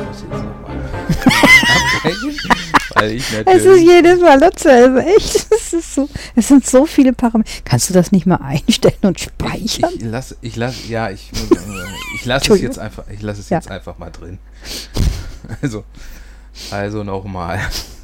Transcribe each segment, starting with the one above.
muss jetzt nochmal abbrechen, weil ich natürlich... Es ist jedes Mal dasselbe, echt. Es sind so viele Parameter. Kannst du das nicht mal einstellen und speichern? Ich lasse es jetzt einfach, jetzt einfach mal drin. Also nochmal.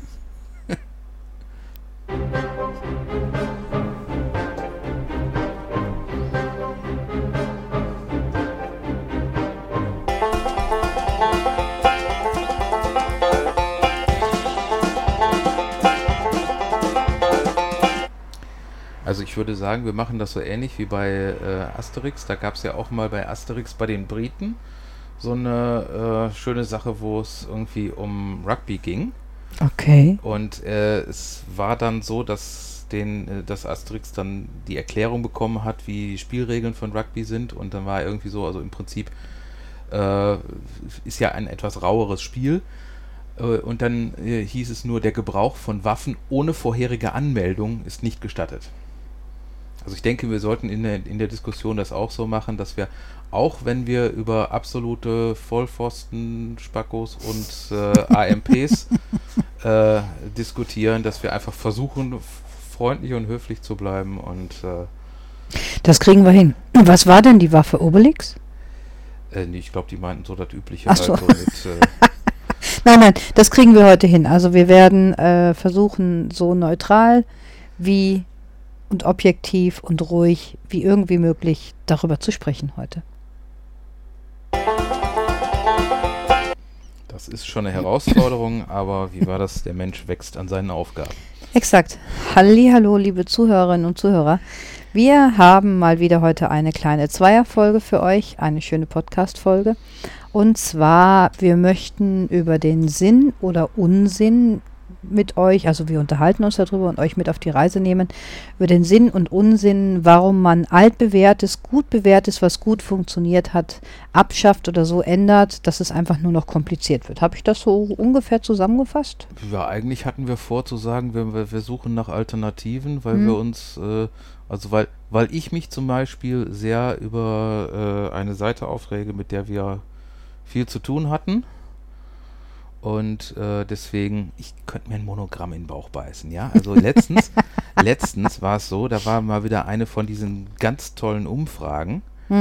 Also ich würde sagen, wir machen das so ähnlich wie bei Asterix. Da gab es ja auch mal bei Asterix bei den Briten so eine schöne Sache, wo es irgendwie um Rugby ging. Okay. Und es war dann so, dass Asterix dann die Erklärung bekommen hat, wie die Spielregeln von Rugby sind. Und dann war irgendwie so, also im Prinzip ist ja ein etwas raueres Spiel. Und dann hieß es nur, der Gebrauch von Waffen ohne vorherige Anmeldung ist nicht gestattet. Also ich denke, wir sollten in der Diskussion das auch so machen, dass wir, auch wenn wir über absolute Vollpfosten, Spackos und AMPs diskutieren, dass wir einfach versuchen, freundlich und höflich zu bleiben. Und das kriegen wir hin. Was war denn die Waffe, Obelix? Nee, ich glaube, die meinten so das Übliche. Ach so. Halt so mit, Nein, das kriegen wir heute hin. Also wir werden versuchen, so neutral wie und objektiv und ruhig wie irgendwie möglich darüber zu sprechen heute. Das ist schon eine Herausforderung, aber wie war das? Der Mensch wächst an seinen Aufgaben. Exakt. Hallihallo, liebe Zuhörerinnen und Zuhörer. Wir haben mal wieder heute eine kleine Zweierfolge für euch, eine schöne Podcast-Folge. Und zwar, wir möchten über den Sinn oder Unsinn mit euch, also wir unterhalten uns darüber und euch mit auf die Reise nehmen, über den Sinn und Unsinn, warum man altbewährtes, gut bewährtes, was gut funktioniert hat, abschafft oder so ändert, dass es einfach nur noch kompliziert wird. Habe ich das so ungefähr zusammengefasst? Ja, eigentlich hatten wir vor zu sagen, wir suchen nach Alternativen, weil wir uns, weil ich mich zum Beispiel sehr über eine Seite aufrege, mit der wir viel zu tun hatten. Und deswegen, ich könnte mir ein Monogramm in den Bauch beißen, ja. Also letztens war es so, da war mal wieder eine von diesen ganz tollen Umfragen.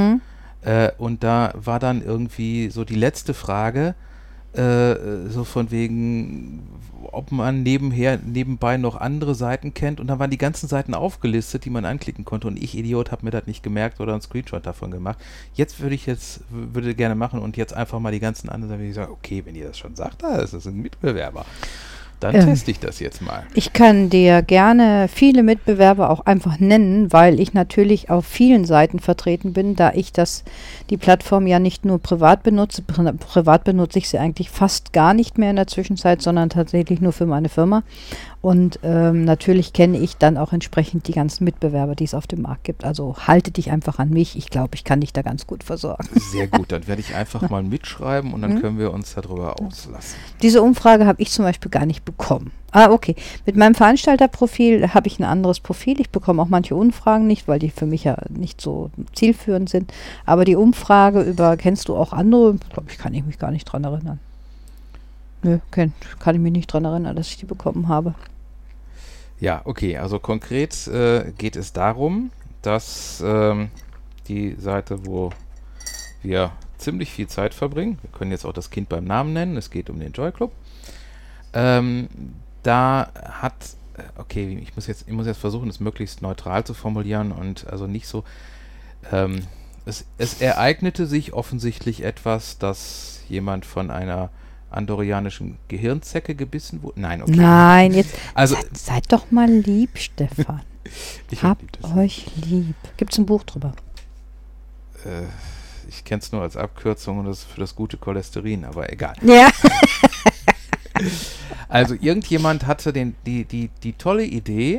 Und da war dann irgendwie so die letzte Frage, so von wegen, ob man nebenbei noch andere Seiten kennt. Und dann waren die ganzen Seiten aufgelistet, die man anklicken konnte. Und ich, Idiot, habe mir das nicht gemerkt oder einen Screenshot davon gemacht. Würde gerne machen und jetzt einfach mal die ganzen anderen Seiten, würde ich sagen, okay, wenn ihr das schon sagt, das ist ein Mitbewerber. Dann teste ich das jetzt mal. Ich kann dir gerne viele Mitbewerber auch einfach nennen, weil ich natürlich auf vielen Seiten vertreten bin, da ich die Plattform ja nicht nur privat benutze. Privat benutze ich sie eigentlich fast gar nicht mehr in der Zwischenzeit, sondern tatsächlich nur für meine Firma. Und natürlich kenne ich dann auch entsprechend die ganzen Mitbewerber, die es auf dem Markt gibt. Also halte dich einfach an mich. Ich glaube, ich kann dich da ganz gut versorgen. Sehr gut, dann werde ich einfach mal mitschreiben und dann können wir uns darüber auslassen. Diese Umfrage habe ich zum Beispiel gar nicht bekommen. Okay. Mit meinem Veranstalterprofil habe ich ein anderes Profil. Ich bekomme auch manche Umfragen nicht, weil die für mich ja nicht so zielführend sind. Aber die Umfrage über, kennst du auch andere? Glaube ich, kann ich mich gar nicht dran erinnern. Nö, kann ich mich nicht dran erinnern, dass ich die bekommen habe. Ja, okay, also konkret geht es darum, dass die Seite, wo wir ziemlich viel Zeit verbringen, wir können jetzt auch das Kind beim Namen nennen, es geht um den Joy Club, da hat, okay, ich muss jetzt versuchen, es möglichst neutral zu formulieren und also nicht so, es ereignete sich offensichtlich etwas, dass jemand von einer andorianischen Gehirnzecke gebissen wurde. Nein, okay. Nein, jetzt also, seid doch mal lieb, Stefan. Habt lieb euch lieb. Gibt es ein Buch drüber? Ich kenne es nur als Abkürzung und das ist für das gute Cholesterin, aber egal. Ja. Also irgendjemand hatte die tolle Idee,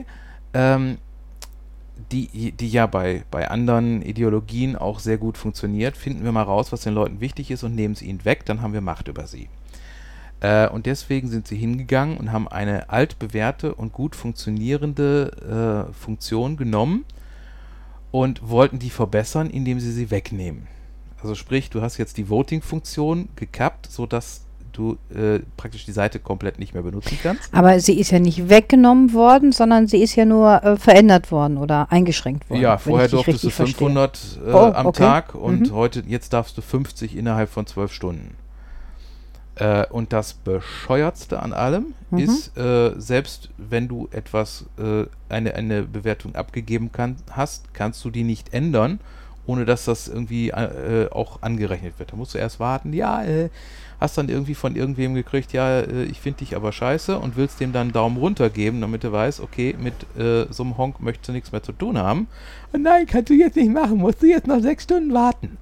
die ja bei anderen Ideologien auch sehr gut funktioniert. Finden wir mal raus, was den Leuten wichtig ist und nehmen es ihnen weg, dann haben wir Macht über sie. Und deswegen sind sie hingegangen und haben eine altbewährte und gut funktionierende Funktion genommen und wollten die verbessern, indem sie wegnehmen. Also sprich, du hast jetzt die Voting-Funktion gekappt, sodass du praktisch die Seite komplett nicht mehr benutzen kannst. Aber sie ist ja nicht weggenommen worden, sondern sie ist ja nur verändert worden oder eingeschränkt worden. Ja, vorher durftest du 500 am Tag und jetzt darfst du 50 innerhalb von 12 Stunden. Und das Bescheuertste an allem ist, selbst wenn du etwas, eine Bewertung abgegeben hast, kannst du die nicht ändern, ohne dass das irgendwie auch angerechnet wird. Da musst du erst warten, hast dann irgendwie von irgendwem gekriegt, ich finde dich aber scheiße und willst dem dann einen Daumen runter geben, damit du weißt, okay, mit so einem Honk möchtest du nichts mehr zu tun haben. Und nein, kannst du jetzt nicht machen, musst du jetzt noch 6 Stunden warten.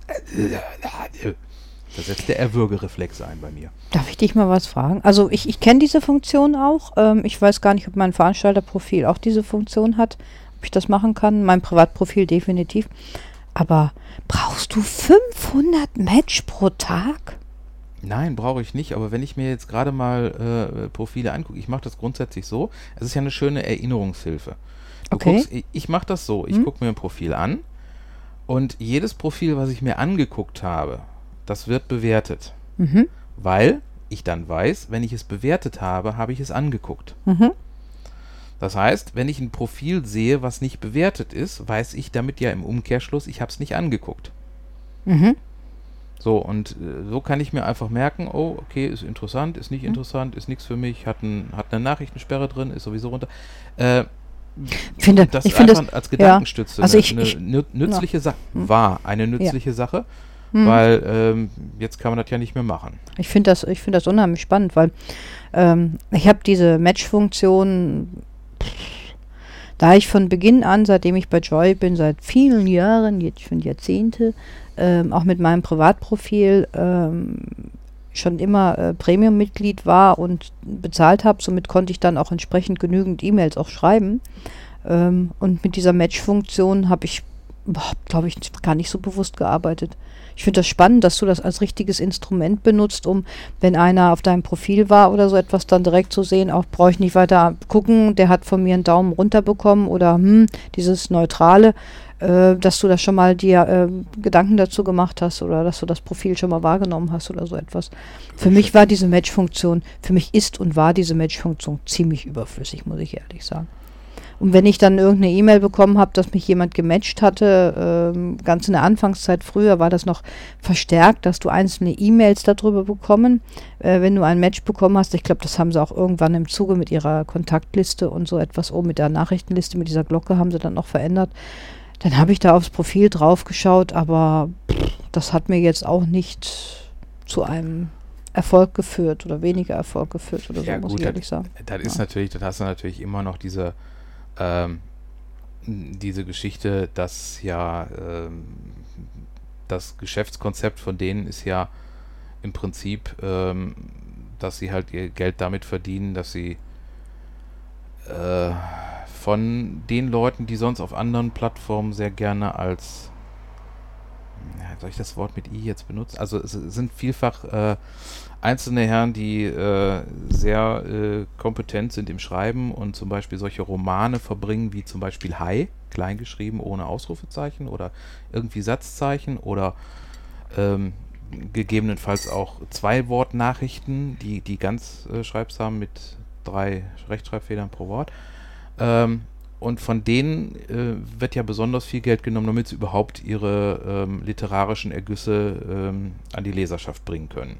Da setzt der Erwürgereflex ein bei mir. Darf ich dich mal was fragen? Also ich kenne diese Funktion auch. Ich weiß gar nicht, ob mein Veranstalterprofil auch diese Funktion hat, ob ich das machen kann. Mein Privatprofil definitiv. Aber brauchst du 500 Match pro Tag? Nein, brauche ich nicht. Aber wenn ich mir jetzt gerade mal Profile angucke, ich mache das grundsätzlich so. Es ist ja eine schöne Erinnerungshilfe. Ich mache das so. Ich gucke mir ein Profil an und jedes Profil, was ich mir angeguckt habe, das wird bewertet, weil ich dann weiß, wenn ich es bewertet habe, habe ich es angeguckt. Das heißt, wenn ich ein Profil sehe, was nicht bewertet ist, weiß ich damit ja im Umkehrschluss, ich habe es nicht angeguckt. So, und so kann ich mir einfach merken, oh, okay, ist interessant, ist nicht interessant, ist nichts für mich, hat eine Nachrichtensperre drin, ist sowieso runter. Ich finde das als Gedankenstütze eine nützliche Sache, war eine nützliche Sache. Weil jetzt kann man das ja nicht mehr machen. Ich finde das unheimlich spannend, weil ich habe diese Match-Funktion, da ich von Beginn an, seitdem ich bei Joy bin, seit vielen Jahren, jetzt schon Jahrzehnte, auch mit meinem Privatprofil schon immer Premium-Mitglied war und bezahlt habe. Somit konnte ich dann auch entsprechend genügend E-Mails auch schreiben. Und mit dieser Match-Funktion habe ich überhaupt, glaube ich, gar nicht so bewusst gearbeitet. Ich finde das spannend, dass du das als richtiges Instrument benutzt, um, wenn einer auf deinem Profil war oder so etwas, dann direkt zu sehen, auch brauche ich nicht weiter gucken, der hat von mir einen Daumen runter bekommen oder dieses Neutrale, dass du da schon mal dir Gedanken dazu gemacht hast oder dass du das Profil schon mal wahrgenommen hast oder so etwas. Für mich war diese Match-Funktion, für mich ist und war diese Match-Funktion ziemlich überflüssig, muss ich ehrlich sagen. Und wenn ich dann irgendeine E-Mail bekommen habe, dass mich jemand gematcht hatte, ganz in der Anfangszeit früher war das noch verstärkt, dass du einzelne E-Mails darüber bekommen, wenn du ein Match bekommen hast. Ich glaube, das haben sie auch irgendwann im Zuge mit ihrer Kontaktliste und so etwas, mit der Nachrichtenliste, mit dieser Glocke haben sie dann noch verändert. Dann habe ich da aufs Profil drauf geschaut, aber das hat mir jetzt auch nicht zu einem Erfolg geführt oder weniger Erfolg geführt oder so, ja, muss ich ehrlich sagen. Das hast du natürlich immer noch diese Geschichte, dass ja das Geschäftskonzept von denen ist ja im Prinzip, dass sie halt ihr Geld damit verdienen, dass sie von den Leuten, die sonst auf anderen Plattformen sehr gerne als, soll ich das Wort mit I jetzt benutzen? Also es sind vielfach einzelne Herren, die sehr kompetent sind im Schreiben und zum Beispiel solche Romane verbringen, wie zum Beispiel Hi, kleingeschrieben ohne Ausrufezeichen oder irgendwie Satzzeichen oder gegebenenfalls auch 2-Wort-Nachrichten, die ganz schreibsam mit 3 Rechtschreibfedern pro Wort. Und von denen wird ja besonders viel Geld genommen, damit sie überhaupt ihre literarischen Ergüsse an die Leserschaft bringen können.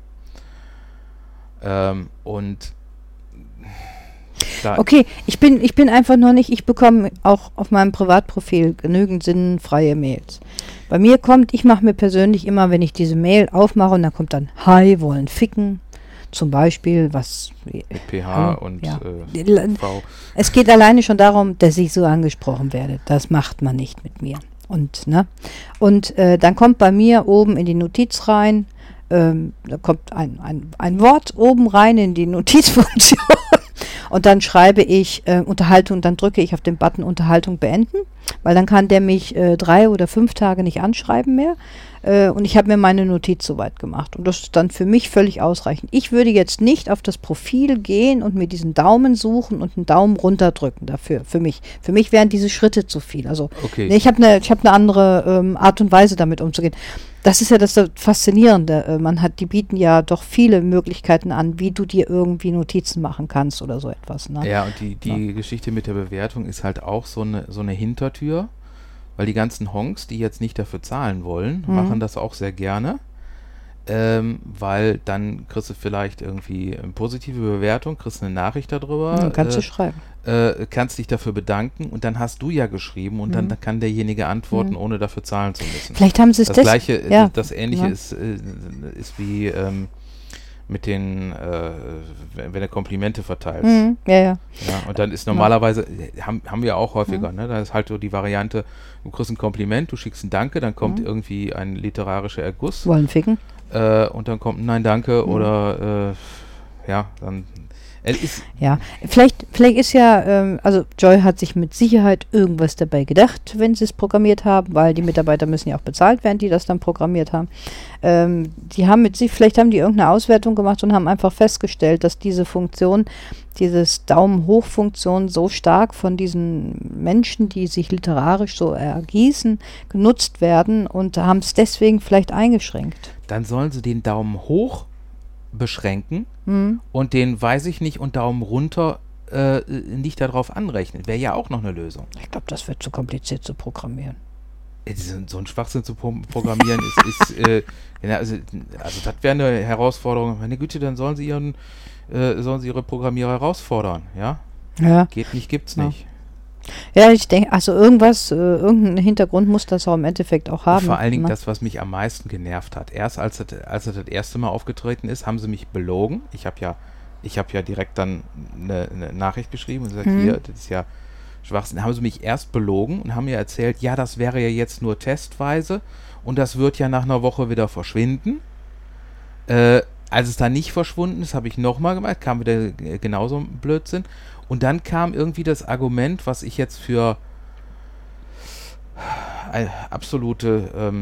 Okay, ich bin einfach noch nicht, ich bekomme auch auf meinem Privatprofil genügend sinnfreie Mails. Bei mir ich mache mir persönlich immer, wenn ich diese Mail aufmache und dann kommt dann, hi, wollen ficken, zum Beispiel, was... Mit PH und V. Es geht alleine schon darum, dass ich so angesprochen werde. Das macht man nicht mit mir. Und dann kommt bei mir oben in die Notiz rein, da kommt ein Wort oben rein in die Notizfunktion und dann schreibe ich Unterhaltung, dann drücke ich auf den Button Unterhaltung beenden, weil dann kann der mich 3 oder 5 Tage nicht anschreiben mehr und ich habe mir meine Notiz soweit gemacht und das ist dann für mich völlig ausreichend. Ich würde jetzt nicht auf das Profil gehen und mir diesen Daumen suchen und einen Daumen runterdrücken dafür, für mich. Für mich wären diese Schritte zu viel. Also okay. Ich habe eine andere Art und Weise damit umzugehen. Das ist ja das Faszinierende. Die bieten ja doch viele Möglichkeiten an, wie du dir irgendwie Notizen machen kannst oder so etwas. Ne? Ja, und die Geschichte mit der Bewertung ist halt auch so eine Hintertür, weil die ganzen Honks, die jetzt nicht dafür zahlen wollen, machen das auch sehr gerne. Weil dann kriegst du vielleicht irgendwie eine positive Bewertung, kriegst eine Nachricht darüber. Dann kannst du schreiben. Kannst dich dafür bedanken und dann hast du ja geschrieben und dann kann derjenige antworten, ohne dafür zahlen zu müssen. Vielleicht haben sie es das Gleiche, das Ähnliche ist wie mit den, wenn du Komplimente verteilst. Ja, und dann ist normalerweise, haben wir auch häufiger, ne? Da ist halt so die Variante, du kriegst ein Kompliment, du schickst ein Danke, dann kommt irgendwie ein literarischer Erguss. Wollen ficken. Und dann kommt ein Nein, danke oder dann ja, vielleicht ist ja, also Joy hat sich mit Sicherheit irgendwas dabei gedacht, wenn sie es programmiert haben, weil die Mitarbeiter müssen ja auch bezahlt werden, die das dann programmiert haben. Vielleicht haben die irgendeine Auswertung gemacht und haben einfach festgestellt, dass diese Funktion, dieses Daumen-Hoch-Funktion so stark von diesen Menschen, die sich literarisch so ergießen, genutzt werden und haben es deswegen vielleicht eingeschränkt. Dann sollen sie den Daumen hoch beschränken und den, weiß ich nicht, und Daumen runter nicht darauf anrechnen. Wäre ja auch noch eine Lösung. Ich glaube, das wird zu kompliziert zu programmieren. So ein Schwachsinn zu programmieren also das wäre eine Herausforderung. Meine Güte, dann sollen sie ihre Programmierer herausfordern, ja? Ja. Geht nicht, gibt's nicht. Ja, ich denke, also irgendeinen Hintergrund muss das auch im Endeffekt auch haben. Vor allen Dingen das, was mich am meisten genervt hat. Erst als er das erste Mal aufgetreten ist, haben sie mich belogen. Ich habe ja direkt dann eine Nachricht geschrieben und gesagt, hier, das ist ja Schwachsinn. Dann haben sie mich erst belogen und haben mir erzählt, ja, das wäre ja jetzt nur testweise und das wird ja nach einer Woche wieder verschwinden. Als es dann nicht verschwunden ist, habe ich nochmal gemacht, kam wieder genauso ein Blödsinn. Und dann kam irgendwie das Argument, was ich jetzt für absolute,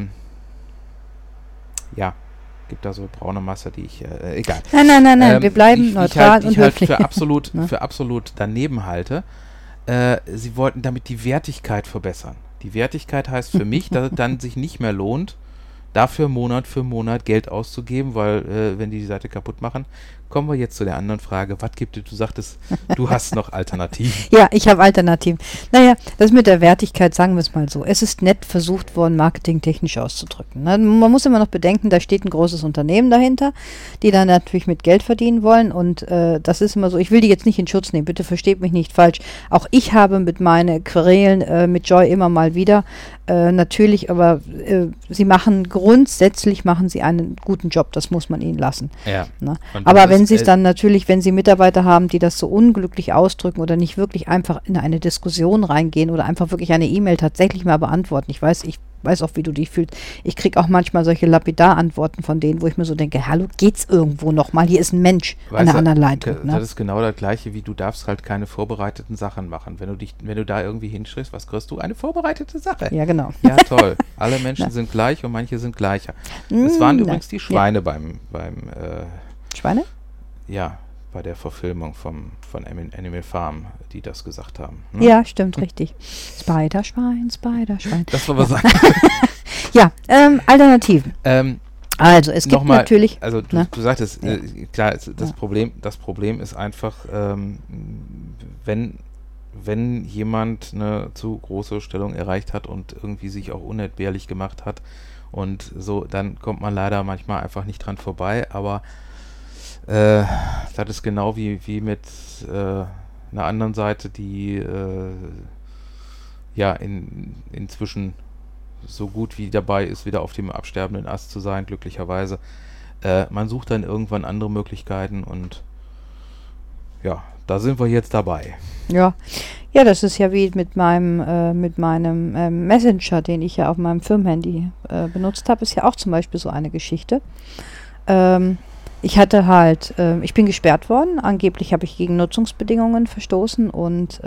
gibt da so braune Masse, die ich, egal. Nein, wir bleiben neutral und höflich. Für absolut daneben halte. Sie wollten damit die Wertigkeit verbessern. Die Wertigkeit heißt für mich, dass es dann sich nicht mehr lohnt, dafür Monat für Monat Geld auszugeben, weil wenn die Seite kaputt machen, kommen wir jetzt zu der anderen Frage. Was gibt es? Du sagtest, du hast noch Alternativen. Ja, ich habe Alternativen. Naja, das mit der Wertigkeit, sagen wir es mal so. Es ist nett versucht worden, marketingtechnisch auszudrücken. Ne? Man muss immer noch bedenken, da steht ein großes Unternehmen dahinter, die dann natürlich mit Geld verdienen wollen und das ist immer so, ich will die jetzt nicht in Schutz nehmen, bitte versteht mich nicht falsch. Auch ich habe mit meinen Querelen mit Joy immer mal wieder natürlich, aber grundsätzlich machen sie einen guten Job, das muss man ihnen lassen. Ja. Ne? Aber wenn sie es dann natürlich, wenn sie Mitarbeiter haben, die das so unglücklich ausdrücken oder nicht wirklich einfach in eine Diskussion reingehen oder einfach wirklich eine E-Mail tatsächlich mal beantworten. Ich weiß auch, wie du dich fühlst. Ich kriege auch manchmal solche Lapidar-Antworten von denen, wo ich mir so denke, hallo, geht's irgendwo nochmal? Hier ist ein Mensch an der anderen Leitung. Das ist genau das Gleiche, wie du darfst halt keine vorbereiteten Sachen machen. Wenn du da irgendwie hinschriftst, was kriegst du? Eine vorbereitete Sache. Ja, genau. Ja, toll. Alle Menschen sind gleich und manche sind gleicher. Es waren übrigens die Schweine beim Schweine? Ja, bei der Verfilmung von Animal Farm, die das gesagt haben. Ne? Ja, stimmt, richtig. Spiderschwein. Das war was Ja, Alternativen. Also, es gibt natürlich... Also, du sagtest, klar, das Problem ist einfach, wenn jemand eine zu große Stellung erreicht hat und irgendwie sich auch unentbehrlich gemacht hat und so, dann kommt man leider manchmal einfach nicht dran vorbei, aber das ist genau wie mit einer anderen Seite, die inzwischen so gut wie dabei ist, wieder auf dem absterbenden Ast zu sein, glücklicherweise. Man sucht dann irgendwann andere Möglichkeiten und ja, da sind wir jetzt dabei. Ja, das ist ja wie mit meinem Messenger, den ich ja auf meinem Firmenhandy benutzt habe, ist ja auch zum Beispiel so eine Geschichte. Ich hatte halt, ich bin gesperrt worden, angeblich habe ich gegen Nutzungsbedingungen verstoßen und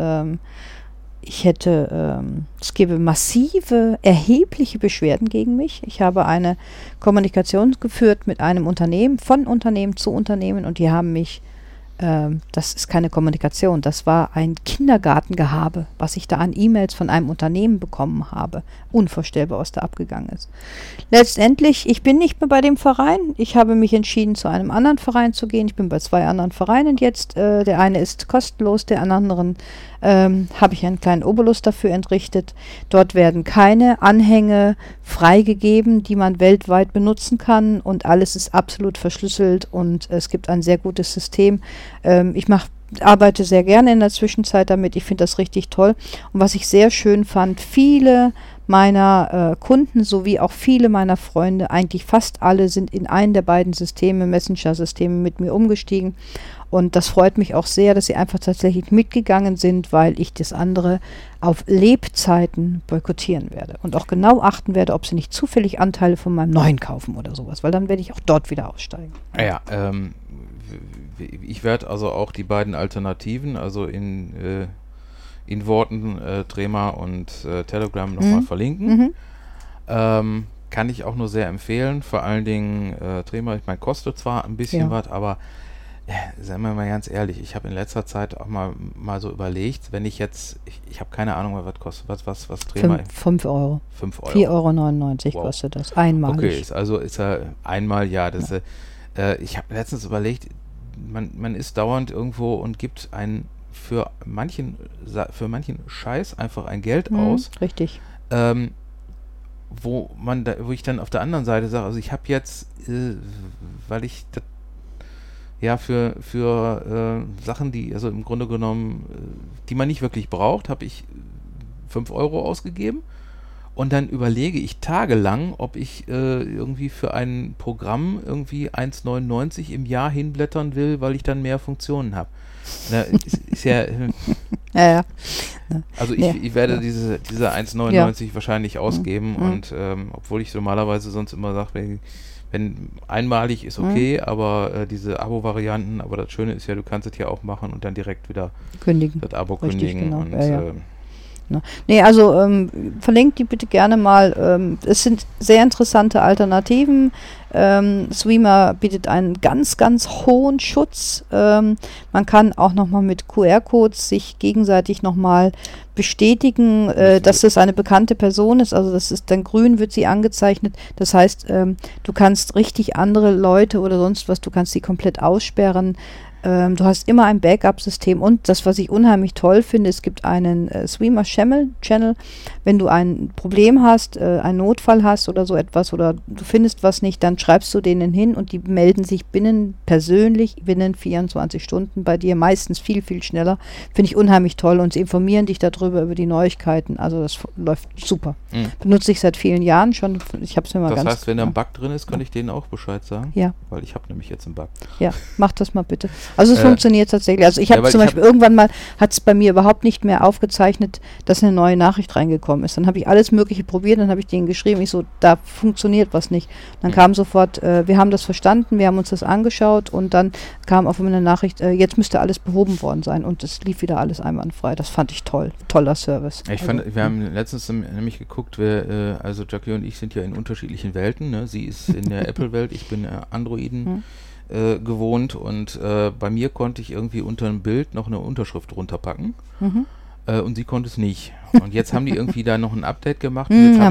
es gäbe massive, erhebliche Beschwerden gegen mich. Ich habe eine Kommunikation geführt mit einem Unternehmen, von Unternehmen zu Unternehmen und die haben mich Das ist keine Kommunikation. Das war ein Kindergartengehabe, was ich da an E-Mails von einem Unternehmen bekommen habe. Unvorstellbar, was da abgegangen ist. Letztendlich, ich bin nicht mehr bei dem Verein. Ich habe mich entschieden, zu einem anderen Verein zu gehen. Ich bin bei 2 anderen Vereinen jetzt. Der eine ist kostenlos, der anderen habe ich einen kleinen Obolus dafür entrichtet. Dort werden keine Anhänge freigegeben, die man weltweit benutzen kann, und alles ist absolut verschlüsselt und es gibt ein sehr gutes System. Ich arbeite sehr gerne in der Zwischenzeit damit. Ich finde das richtig toll. Und was ich sehr schön fand, viele meiner Kunden sowie auch viele meiner Freunde, eigentlich fast alle, sind in einen der beiden Systeme, Messenger-Systeme, mit mir umgestiegen. Und das freut mich auch sehr, dass sie einfach tatsächlich mitgegangen sind, weil ich das andere auf Lebzeiten boykottieren werde. Und auch genau achten werde, ob sie nicht zufällig Anteile von meinem neuen kaufen oder sowas, weil dann werde ich auch dort wieder aussteigen. Ja, ich werde also auch die beiden Alternativen, also in Worten Trema und Telegram nochmal verlinken. Kann ich auch nur sehr empfehlen. Vor allen Dingen Trema, ich meine, kostet zwar ein bisschen was, aber seien wir mal ganz ehrlich, ich habe in letzter Zeit auch mal so überlegt, wenn ich jetzt, ich habe keine Ahnung, was kostet, was Trema? 5 Euro. 5 Euro. 4,99 € Wow. kostet das, einmalig. Okay, ist ja einmal, ich habe letztens überlegt, man ist dauernd irgendwo und gibt für manchen Scheiß einfach ein Geld aus. Richtig. Wo ich dann auf der anderen Seite sage, also ich habe jetzt, weil ich das für Sachen, die, also im Grunde genommen, die man nicht wirklich braucht, habe ich 5 Euro ausgegeben. Und dann überlege ich tagelang, ob ich irgendwie für ein Programm irgendwie 1,99 € im Jahr hinblättern will, weil ich dann mehr Funktionen habe. Ist ja. Ja. Also ich werde diese 1,99 € wahrscheinlich ausgeben und obwohl ich normalerweise sonst immer sage, wenn einmalig ist okay, aber diese Abo-Varianten, aber das Schöne ist ja, du kannst es ja auch machen und dann direkt wieder das Abo kündigen. Genau. Und Nee, also verlinkt die bitte gerne mal. Es sind sehr interessante Alternativen. Threema bietet einen ganz, ganz hohen Schutz. Man kann auch nochmal mit QR-Codes sich gegenseitig nochmal bestätigen, dass es eine bekannte Person ist. Also das ist dann grün, wird sie angezeichnet. Das heißt, du kannst richtig andere Leute oder sonst was, du kannst sie komplett aussperren. Du hast immer ein Backup-System und das, was ich unheimlich toll finde, es gibt einen Threema Channel, wenn du ein Problem hast, einen Notfall hast oder so etwas oder du findest was nicht, dann schreibst du denen hin und die melden sich binnen 24 Stunden bei dir, meistens viel, viel schneller. Finde ich unheimlich toll und sie informieren dich darüber, über die Neuigkeiten. Also das läuft super. Benutze ich seit vielen Jahren schon. Ich habe es mir mal das heißt, wenn da ein Bug drin ist, kann ich denen auch Bescheid sagen? Ja. Weil ich habe nämlich jetzt einen Bug. Ja, mach das mal bitte. Also es funktioniert tatsächlich. Also ich habe zum Beispiel irgendwann mal, hat es bei mir überhaupt nicht mehr aufgezeichnet, dass eine neue Nachricht reingekommen ist. Dann habe ich alles Mögliche probiert, dann habe ich denen geschrieben, ich so, da funktioniert was nicht. Dann kam sofort, wir haben das verstanden, wir haben uns das angeschaut und dann kam auf eine Nachricht, jetzt müsste alles behoben worden sein und es lief wieder alles einwandfrei. Das fand ich toll. Toller Service. Wir haben letztens nämlich geguckt, also Jackie und ich sind ja in unterschiedlichen Welten. Ne? Sie ist in der Apple-Welt, ich bin Androiden. Gewohnt und bei mir konnte ich irgendwie unter ein Bild noch eine Unterschrift runterpacken und sie konnte es nicht. Und jetzt haben die irgendwie da noch ein Update gemacht und jetzt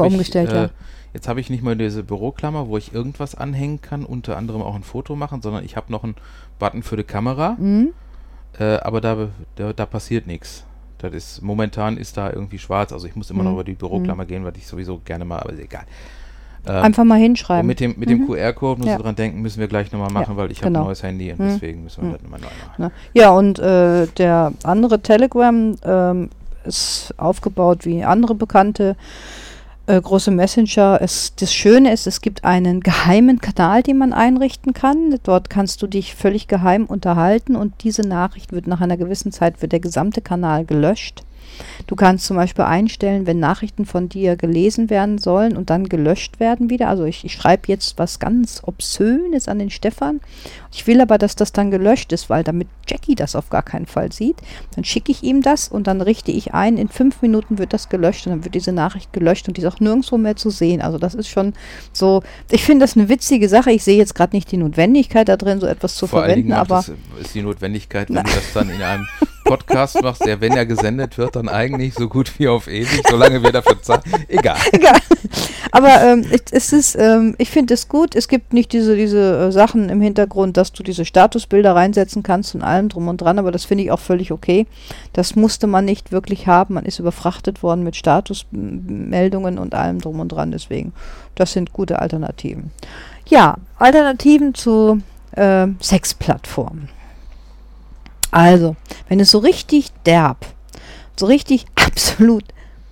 jetzt habe ich nicht mal diese Büroklammer, wo ich irgendwas anhängen kann, unter anderem auch ein Foto machen, sondern ich habe noch einen Button für die Kamera, aber da passiert nichts. Momentan ist da irgendwie schwarz, also ich muss immer noch über die Büroklammer gehen, was ich sowieso gerne mal, aber ist egal. Einfach mal hinschreiben. Und mit dem QR-Code, muss dran denken, müssen wir gleich nochmal machen, weil ich habe ein neues Handy und deswegen müssen wir das nochmal neu machen. Ja, und der andere Telegram ist aufgebaut wie andere bekannte große Messenger. Das Schöne ist, es gibt einen geheimen Kanal, den man einrichten kann. Dort kannst du dich völlig geheim unterhalten und diese Nachricht wird nach einer gewissen Zeit, wird der gesamte Kanal gelöscht. Du kannst zum Beispiel einstellen, wenn Nachrichten von dir gelesen werden sollen und dann gelöscht werden wieder. Also ich schreibe jetzt was ganz Obszönes an den Stefan. Ich will aber, dass das dann gelöscht ist, weil damit Jackie das auf gar keinen Fall sieht. Dann schicke ich ihm das und dann richte ich ein, in 5 Minuten wird das gelöscht und dann wird diese Nachricht gelöscht und die ist auch nirgendwo mehr zu sehen. Also das ist schon so, ich finde das eine witzige Sache. Ich sehe jetzt gerade nicht die Notwendigkeit da drin, so etwas zu verwenden, aber das ist die Notwendigkeit, wenn du das dann in einem Podcast machst, der, wenn er gesendet wird, dann eigentlich so gut wie auf ewig, solange wir dafür zahlen. Egal. Aber ich finde es gut. Es gibt nicht diese Sachen im Hintergrund, dass du diese Statusbilder reinsetzen kannst und allem drum und dran, aber das finde ich auch völlig okay. Das musste man nicht wirklich haben. Man ist überfrachtet worden mit Statusmeldungen und allem drum und dran. Deswegen, das sind gute Alternativen. Ja, Alternativen zu Sexplattformen. Also, wenn es so richtig derb, so richtig absolut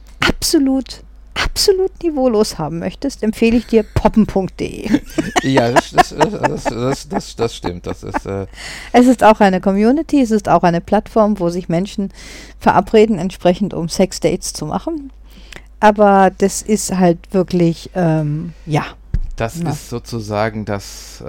niveaulos haben möchtest, empfehle ich dir poppen.de. Ja, das stimmt. Das ist, Es ist auch eine Community, es ist auch eine Plattform, wo sich Menschen verabreden, entsprechend um Sexdates zu machen. Aber das ist halt wirklich, ja. Das ist sozusagen das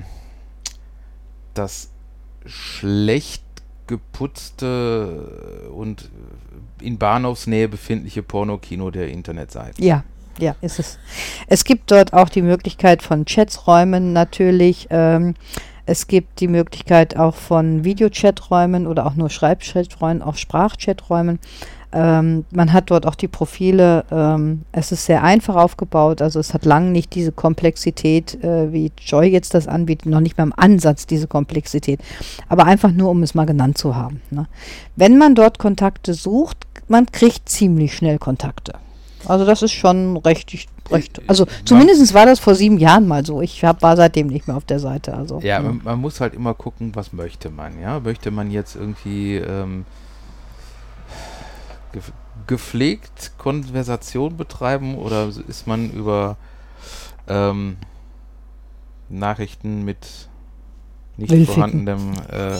schlecht geputzte und in Bahnhofsnähe befindliche Pornokino der Internetseite. Ja, ist es. Es gibt dort auch die Möglichkeit von Chatsräumen natürlich. Es gibt die Möglichkeit auch von Videochaträumen oder auch nur Schreibchaträumen, auch Sprachchaträumen. Man hat dort auch die Profile, es ist sehr einfach aufgebaut, also es hat lange nicht diese Komplexität, wie Joy jetzt das anbietet, noch nicht mal im Ansatz diese Komplexität, aber einfach nur, um es mal genannt zu haben. Ne? Wenn man dort Kontakte sucht, man kriegt ziemlich schnell Kontakte. Also das ist schon recht, also zumindest war das vor 7 Jahren mal so. Ich war seitdem nicht mehr auf der Seite. Also, ja, man muss halt immer gucken, was möchte man, ja? Möchte man jetzt irgendwie gepflegt Konversation betreiben oder ist man über Nachrichten mit nicht vorhandenem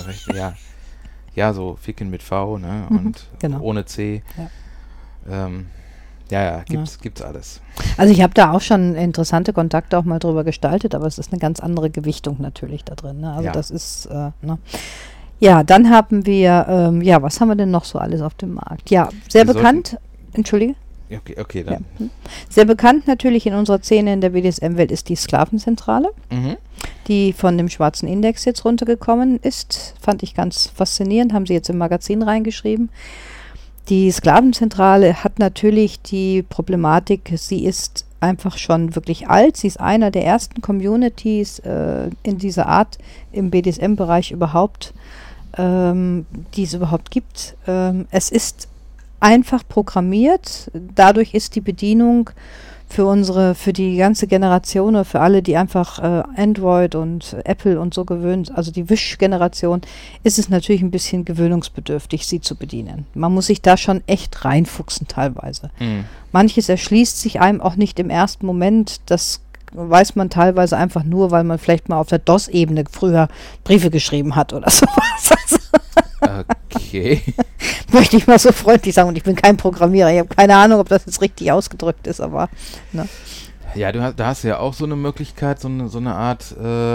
so Ficken mit V, ne? Und genau. Ohne C. Gibt's alles. Also ich habe da auch schon interessante Kontakte auch mal drüber gestaltet, aber es ist eine ganz andere Gewichtung natürlich da drin. Ne? Also das ist, ne? Ja, dann haben wir, was haben wir denn noch so alles auf dem Markt? Ja, sehr bekannt, entschuldige. Okay, dann. Ja. Sehr bekannt natürlich in unserer Szene in der BDSM-Welt ist die Sklavenzentrale, die von dem Schwarzen Index jetzt runtergekommen ist. Fand ich ganz faszinierend, haben sie jetzt im Magazin reingeschrieben. Die Sklavenzentrale hat natürlich die Problematik, sie ist einfach schon wirklich alt. Sie ist einer der ersten Communities in dieser Art im BDSM-Bereich überhaupt, die es überhaupt gibt. Es ist einfach programmiert. Dadurch ist die Bedienung für die ganze Generation oder für alle, die einfach Android und Apple und so gewöhnt, also die Wish-Generation, ist es natürlich ein bisschen gewöhnungsbedürftig, sie zu bedienen. Man muss sich da schon echt reinfuchsen teilweise. Manches erschließt sich einem auch nicht im ersten Moment, das weiß man teilweise einfach nur, weil man vielleicht mal auf der DOS-Ebene früher Briefe geschrieben hat oder sowas. Okay. Möchte ich mal so freundlich sagen, und ich bin kein Programmierer, ich habe keine Ahnung, ob das jetzt richtig ausgedrückt ist, aber ne. Ja, da hast ja auch so eine Möglichkeit, so eine Art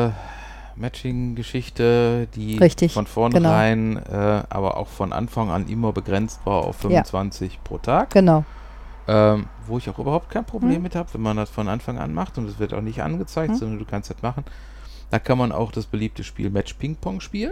Matching-Geschichte, die richtig, von vornherein, aber auch von Anfang an immer begrenzt war auf 25 pro Tag. Genau. Wo ich auch überhaupt kein Problem mit habe, wenn man das von Anfang an macht und es wird auch nicht angezeigt, sondern du kannst das machen. Da kann man auch das beliebte Spiel Match Ping Pong spielen.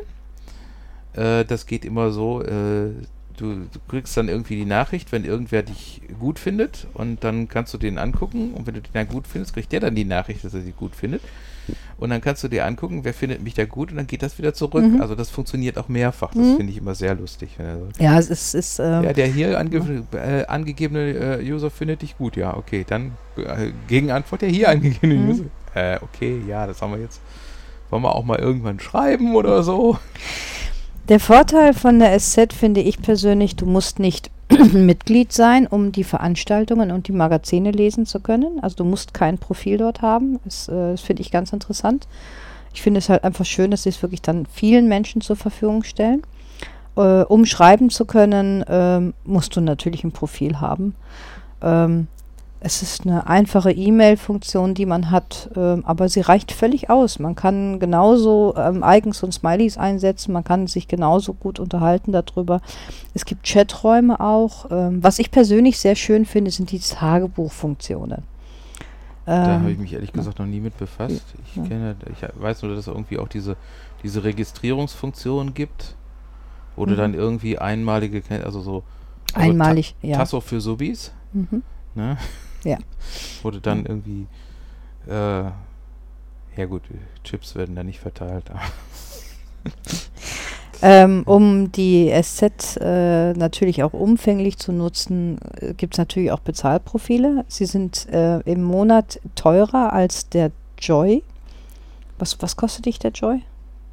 Das geht immer so, du kriegst dann irgendwie die Nachricht, wenn irgendwer dich gut findet und dann kannst du den angucken und wenn du den dann gut findest, kriegt der dann die Nachricht, dass er dich gut findet und dann kannst du dir angucken, wer findet mich da gut und dann geht das wieder zurück. Also das funktioniert auch mehrfach, das finde ich immer sehr lustig. Ja, es ist der hier angegebene User findet dich gut, ja, okay, dann Gegenantwort, der hier angegebene User. Okay, ja, das haben wir jetzt. Wollen wir auch mal irgendwann schreiben oder so? Der Vorteil von der SZ finde ich persönlich, du musst nicht Mitglied sein, um die Veranstaltungen und die Magazine lesen zu können. Also du musst kein Profil dort haben. Das finde ich ganz interessant. Ich finde es halt einfach schön, dass sie es wirklich dann vielen Menschen zur Verfügung stellen. Um schreiben zu können, musst du natürlich ein Profil haben. Es ist eine einfache E-Mail-Funktion, die man hat, aber sie reicht völlig aus. Man kann genauso Icons und Smileys einsetzen, man kann sich genauso gut unterhalten darüber. Es gibt Chaträume auch. Was ich persönlich sehr schön finde, sind die Tagebuchfunktionen. Da habe ich mich ehrlich gesagt noch nie mit befasst. Ich weiß nur, dass es irgendwie auch diese Registrierungsfunktion gibt, wo du dann irgendwie einmalige, einmalig, Tasso für Subis, ne? Ja. Wo du dann irgendwie, ja gut, Chips werden da nicht verteilt. Um die SZ natürlich auch umfänglich zu nutzen, gibt es natürlich auch Bezahlprofile. Sie sind im Monat teurer als der Joy. Was kostet dich der Joy?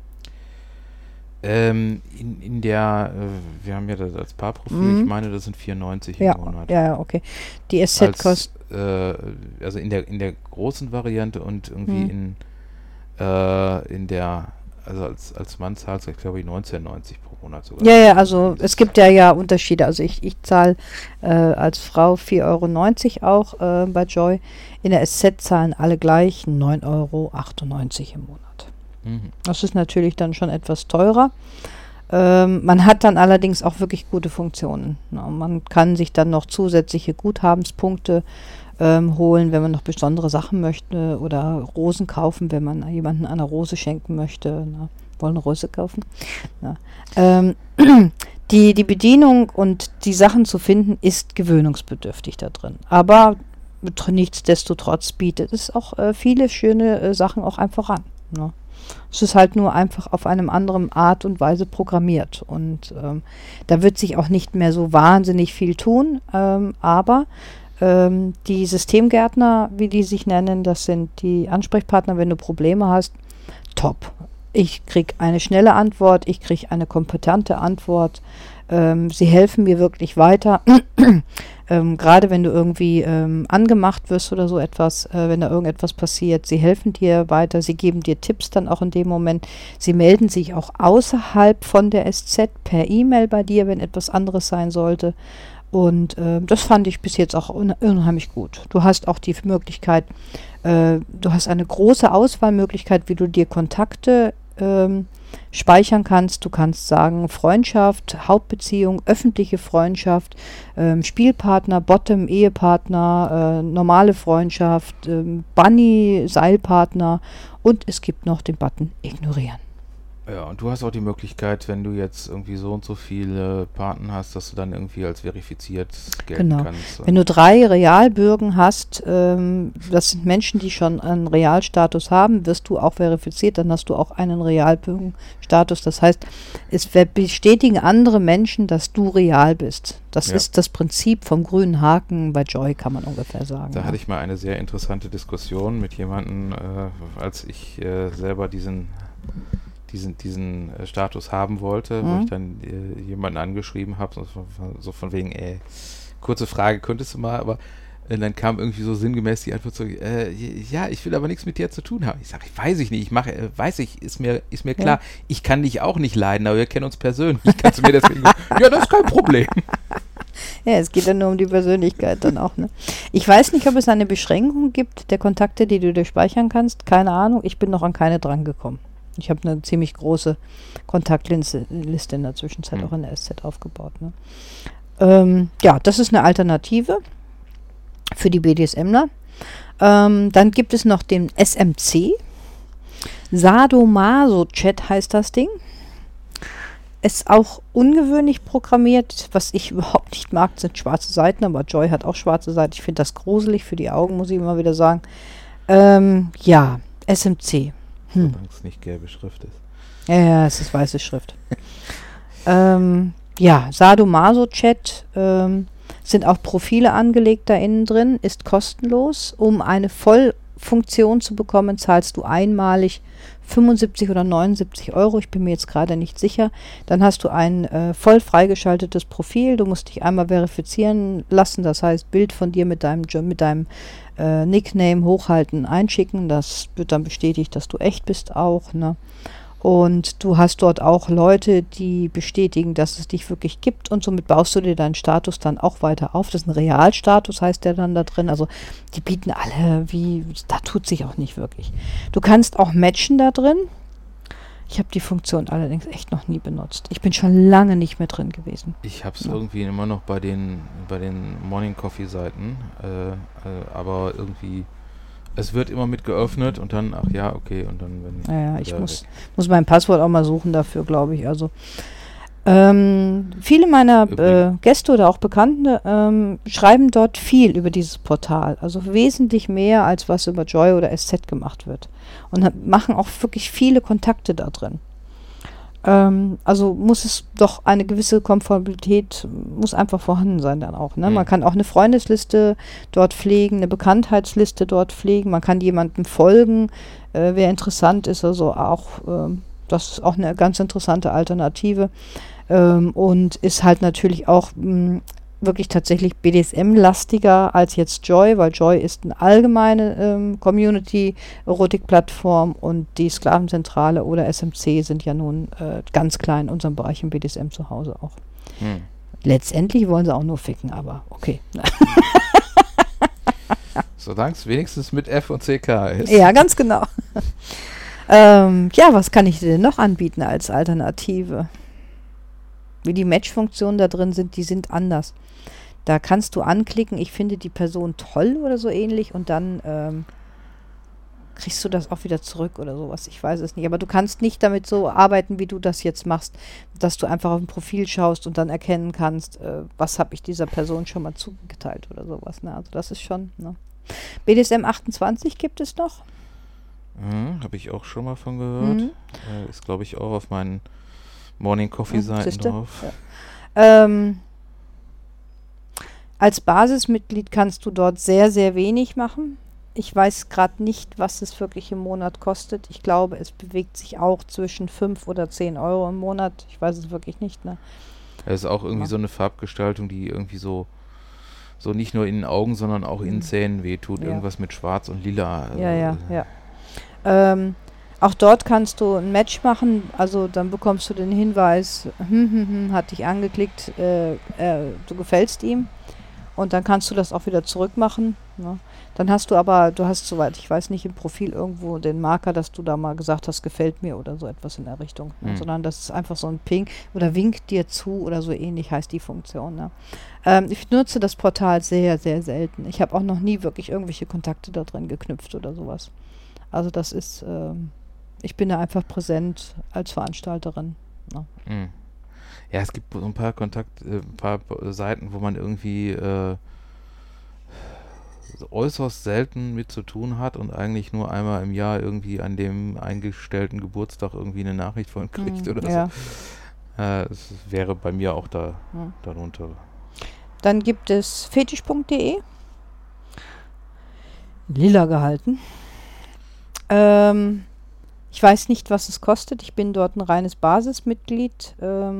In der, wir haben ja das als Paarprofil, ich meine, das sind 94 im Monat. Ja, okay. Die SZ kostet... also in der großen Variante und irgendwie in der, also als Mann zahlst du, glaube ich, 19,90 pro Monat sogar. Ja, also es gibt ja Unterschiede. Also ich zahle als Frau 4,90 € auch bei Joy. In der SZ zahlen alle gleich 9,98 € im Monat. Das ist natürlich dann schon etwas teurer. Man hat dann allerdings auch wirklich gute Funktionen. Man kann sich dann noch zusätzliche Guthabenspunkte holen, wenn man noch besondere Sachen möchte, oder Rosen kaufen, wenn man jemanden eine Rose schenken möchte. Wollen eine Rose kaufen? Die Bedienung und die Sachen zu finden, ist gewöhnungsbedürftig da drin. Aber nichtsdestotrotz bietet es auch viele schöne Sachen auch einfach an. Ne? Es ist halt nur einfach auf einem anderen Art und Weise programmiert. Und da wird sich auch nicht mehr so wahnsinnig viel tun. Aber die Systemgärtner, wie die sich nennen, das sind die Ansprechpartner, wenn du Probleme hast, top. Ich kriege eine schnelle Antwort, ich kriege eine kompetente Antwort. Sie helfen mir wirklich weiter. Gerade wenn du irgendwie angemacht wirst oder so etwas, wenn da irgendetwas passiert, sie helfen dir weiter, sie geben dir Tipps dann auch in dem Moment. Sie melden sich auch außerhalb von der SZ per E-Mail bei dir, wenn etwas anderes sein sollte. Und das fand ich bis jetzt auch unheimlich gut. Du hast auch die Möglichkeit, du hast eine große Auswahlmöglichkeit, wie du dir Kontakte speichern kannst. Du kannst sagen Freundschaft, Hauptbeziehung, öffentliche Freundschaft, Spielpartner, Bottom, Ehepartner, normale Freundschaft, Bunny, Seilpartner, und es gibt noch den Button Ignorieren. Ja, und du hast auch die Möglichkeit, wenn du jetzt irgendwie so und so viele Partner hast, dass du dann irgendwie als verifiziert gelten kannst. Wenn du 3 Realbürgen hast, das sind Menschen, die schon einen Realstatus haben, wirst du auch verifiziert, dann hast du auch einen Realbürgenstatus. Das heißt, es bestätigen andere Menschen, dass du real bist. Das ist das Prinzip vom grünen Haken bei Joy, kann man ungefähr sagen. Da hatte ich mal eine sehr interessante Diskussion mit jemandem, als ich selber diesen Status haben wollte, wo ich dann jemanden angeschrieben habe, so von wegen, kurze Frage, könntest du mal, aber dann kam irgendwie so sinngemäß die Antwort so, ja, ich will aber nichts mit dir zu tun haben. Ich sage, ist mir klar, ich kann dich auch nicht leiden, aber wir kennen uns persönlich. Kannst du mir deswegen, ja, das ist kein Problem. Ja, es geht ja nur um die Persönlichkeit dann auch, ne? Ich weiß nicht, ob es eine Beschränkung gibt der Kontakte, die du dir speichern kannst. Keine Ahnung, ich bin noch an keine dran gekommen. Ich habe eine ziemlich große Kontaktliste in der Zwischenzeit auch in der SZ aufgebaut. Ne? Das ist eine Alternative für die BDSMler. Dann gibt es noch den SMC. Sadomaso-Chat heißt das Ding. Ist auch ungewöhnlich programmiert. Was ich überhaupt nicht mag, sind schwarze Seiten, aber Joy hat auch schwarze Seiten. Ich finde das gruselig für die Augen, muss ich immer wieder sagen. SMC. Solange es nicht gelbe Schrift ist. Ja, es ist weiße Schrift. Sadomaso-Chat sind auch Profile angelegt da innen drin, ist kostenlos. Um eine Vollfunktion zu bekommen, zahlst du einmalig 75 oder 79 €. Ich bin mir jetzt gerade nicht sicher. Dann hast du ein voll freigeschaltetes Profil. Du musst dich einmal verifizieren lassen. Das heißt, Bild von dir mit deinem Nickname hochhalten, einschicken. Das wird dann bestätigt, dass du echt bist auch. Ne? Und du hast dort auch Leute, die bestätigen, dass es dich wirklich gibt und somit baust du dir deinen Status dann auch weiter auf. Das ist ein Realstatus, heißt der dann da drin. Also die bieten alle, da tut sich auch nicht wirklich. Du kannst auch matchen da drin. Ich habe die Funktion allerdings echt noch nie benutzt. Ich bin schon lange nicht mehr drin gewesen. Ich habe es irgendwie immer noch bei den Morning Coffee Seiten, aber irgendwie es wird immer mit geöffnet und dann, ach ja, okay, und dann, wenn... Ja, ich muss mein Passwort auch mal suchen dafür, glaube ich. Also viele meiner Gäste oder auch Bekannte schreiben dort viel über dieses Portal. Also wesentlich mehr, als was über Joy oder SZ gemacht wird. Und machen auch wirklich viele Kontakte da drin. Also muss es doch eine gewisse Komfortabilität, muss einfach vorhanden sein dann auch. Ne? Man kann auch eine Freundesliste dort pflegen, eine Bekanntheitsliste dort pflegen, man kann jemandem folgen, wer interessant ist, also auch, das ist auch eine ganz interessante Alternative und ist halt natürlich auch wirklich tatsächlich BDSM-lastiger als jetzt Joy, weil Joy ist eine allgemeine Community-Erotik-Plattform und die Sklavenzentrale oder SMC sind ja nun ganz klein in unserem Bereich im BDSM zu Hause auch. Letztendlich wollen sie auch nur ficken, aber okay. Solange es wenigstens mit F und CK ist. Ja, ganz genau. Ja, was kann ich dir denn noch anbieten als Alternative? Wie die Match-Funktionen da drin sind, die sind anders. Da kannst du anklicken, ich finde die Person toll oder so ähnlich und dann kriegst du das auch wieder zurück oder sowas. Ich weiß es nicht. Aber du kannst nicht damit so arbeiten, wie du das jetzt machst, dass du einfach auf ein Profil schaust und dann erkennen kannst, was habe ich dieser Person schon mal zugeteilt oder sowas. Ne? Also das ist schon... Ne? BDSM 28 gibt es noch. Habe ich auch schon mal von gehört. Ist, glaube ich, auch auf meinen Morning Coffee Seiten drauf. Ja. Als Basismitglied kannst du dort sehr, sehr wenig machen. Ich weiß gerade nicht, was es wirklich im Monat kostet. Ich glaube, es bewegt sich auch zwischen 5 oder 10 Euro im Monat. Ich weiß es wirklich nicht. Ne? Es ist auch irgendwie so eine Farbgestaltung, die irgendwie so nicht nur in den Augen, sondern auch in den Zähnen wehtut. Ja. Irgendwas mit Schwarz und Lila. Also ja. Auch dort kannst du ein Match machen, also dann bekommst du den Hinweis, hat dich angeklickt, du gefällst ihm und dann kannst du das auch wieder zurückmachen. Ne? Dann hast du aber, soweit ich weiß, nicht im Profil irgendwo den Marker, dass du da mal gesagt hast, gefällt mir oder so etwas in der Richtung, ne? Sondern das ist einfach so ein Ping oder winkt dir zu oder so ähnlich heißt die Funktion. Ne? Ich nutze das Portal sehr, sehr selten. Ich habe auch noch nie wirklich irgendwelche Kontakte da drin geknüpft oder sowas. Also das ist... ich bin da einfach präsent als Veranstalterin. Ne? Ja, es gibt so ein paar Seiten, wo man irgendwie äußerst selten mit zu tun hat und eigentlich nur einmal im Jahr irgendwie an dem eingestellten Geburtstag irgendwie eine Nachricht von kriegt oder so. Es wäre bei mir auch darunter. Dann gibt es fetisch.de. Lila gehalten. Ich weiß nicht, was es kostet. Ich bin dort ein reines Basismitglied.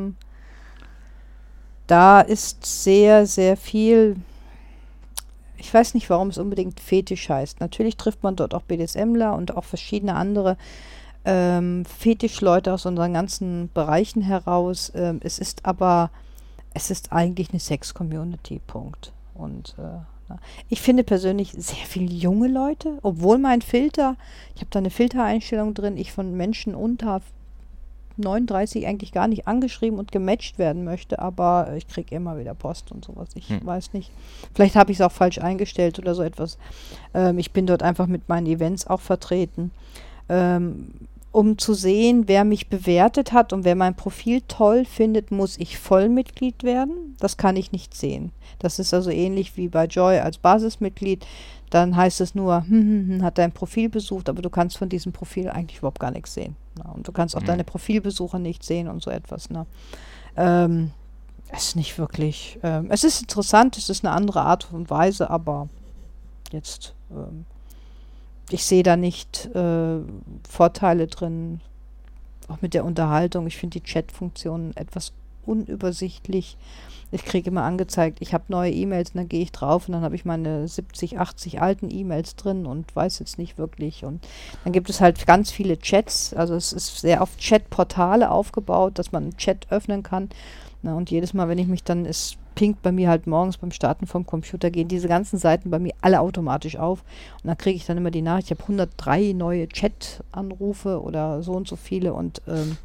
Da ist sehr, sehr viel... Ich weiß nicht, warum es unbedingt Fetisch heißt. Natürlich trifft man dort auch BDSMler und auch verschiedene andere Fetischleute aus unseren ganzen Bereichen heraus. Es ist eigentlich eine Sex-Community, Punkt. Und ich finde persönlich sehr viele junge Leute, obwohl mein Filter, ich habe da eine Filtereinstellung drin, ich von Menschen unter 39 eigentlich gar nicht angeschrieben und gematcht werden möchte, aber ich kriege immer wieder Post und sowas. Ich weiß nicht. Vielleicht habe ich es auch falsch eingestellt oder so etwas. Ich bin dort einfach mit meinen Events auch vertreten. Um zu sehen, wer mich bewertet hat und wer mein Profil toll findet, muss ich Vollmitglied werden. Das kann ich nicht sehen. Das ist also ähnlich wie bei Joy als Basismitglied. Dann heißt es nur, hat dein Profil besucht, aber du kannst von diesem Profil eigentlich überhaupt gar nichts sehen. Ne? Und du kannst auch deine Profilbesucher nicht sehen und so etwas. Ne? Es ist nicht wirklich, es ist interessant, es ist eine andere Art und Weise, aber jetzt, ich sehe da nicht Vorteile drin, auch mit der Unterhaltung. Ich finde die Chat-Funktion etwas unübersichtlich. Ich kriege immer angezeigt, ich habe neue E-Mails und dann gehe ich drauf und dann habe ich meine 70, 80 alten E-Mails drin und weiß jetzt nicht wirklich. Und dann gibt es halt ganz viele Chats, also es ist sehr auf Chatportale aufgebaut, dass man einen Chat öffnen kann. Na, und jedes Mal, wenn ich mich dann, es pinkt bei mir halt morgens beim Starten vom Computer, gehen diese ganzen Seiten bei mir alle automatisch auf. Und dann kriege ich dann immer die Nachricht, ich habe 103 neue Chat-Anrufe oder so und so viele und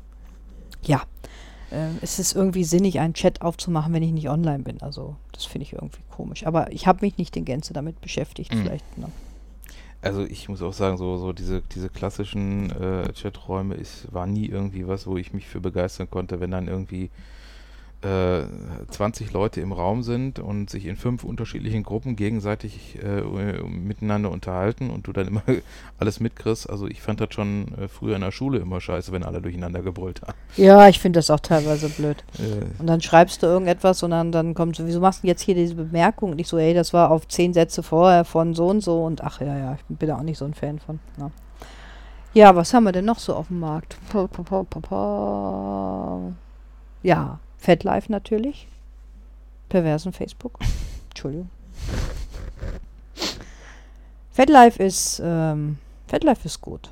es ist irgendwie sinnig, einen Chat aufzumachen, wenn ich nicht online bin. Also das finde ich irgendwie komisch. Aber ich habe mich nicht in Gänze damit beschäftigt, vielleicht. Ne? Also ich muss auch sagen, so diese klassischen Chaträume war nie irgendwie was, wo ich mich für begeistern konnte, wenn dann irgendwie 20 Leute im Raum sind und sich in 5 unterschiedlichen Gruppen gegenseitig miteinander unterhalten und du dann immer alles mitkriegst. Also ich fand das schon früher in der Schule immer scheiße, wenn alle durcheinander gebrüllt haben. Ja, ich finde das auch teilweise blöd. Und dann schreibst du irgendetwas und dann kommt so, wieso machst du jetzt hier diese Bemerkung? Und ich so, ey, das war auf 10 Sätze vorher von so und so und ach ja, ich bin da auch nicht so ein Fan von. Ja. Ja, was haben wir denn noch so auf dem Markt? Ja, FetLife natürlich. Perversen Facebook. Entschuldigung. FetLife ist gut.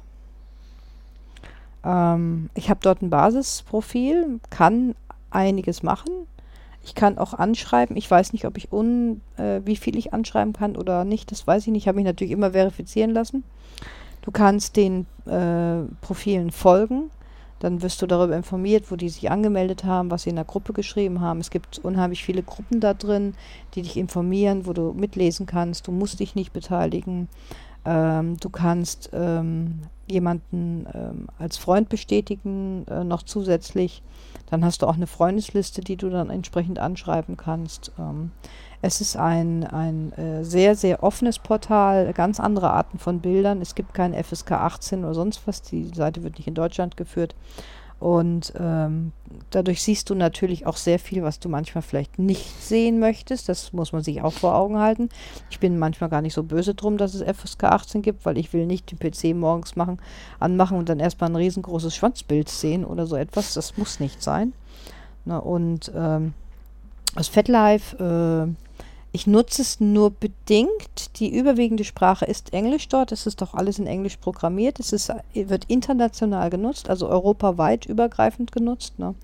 Ich habe dort ein Basisprofil, kann einiges machen. Ich kann auch anschreiben. Ich weiß nicht, ob ich wie viel ich anschreiben kann oder nicht. Das weiß ich nicht. Ich habe mich natürlich immer verifizieren lassen. Du kannst den Profilen folgen. Dann wirst du darüber informiert, wo die sich angemeldet haben, was sie in der Gruppe geschrieben haben. Es gibt unheimlich viele Gruppen da drin, die dich informieren, wo du mitlesen kannst. Du musst dich nicht beteiligen. Du kannst jemanden als Freund bestätigen, noch zusätzlich. Dann hast du auch eine Freundesliste, die du dann entsprechend anschreiben kannst. Es ist ein sehr, sehr offenes Portal, ganz andere Arten von Bildern. Es gibt kein FSK 18 oder sonst was. Die Seite wird nicht in Deutschland geführt. Und dadurch siehst du natürlich auch sehr viel, was du manchmal vielleicht nicht sehen möchtest. Das muss man sich auch vor Augen halten. Ich bin manchmal gar nicht so böse drum, dass es FSK 18 gibt, weil ich will nicht den PC morgens anmachen und dann erstmal ein riesengroßes Schwanzbild sehen oder so etwas. Das muss nicht sein. Na, und aus FetLife, ich nutze es nur bedingt. Die überwiegende Sprache ist Englisch dort. Es ist doch alles in Englisch programmiert. Wird international genutzt, also europaweit übergreifend genutzt. Ne?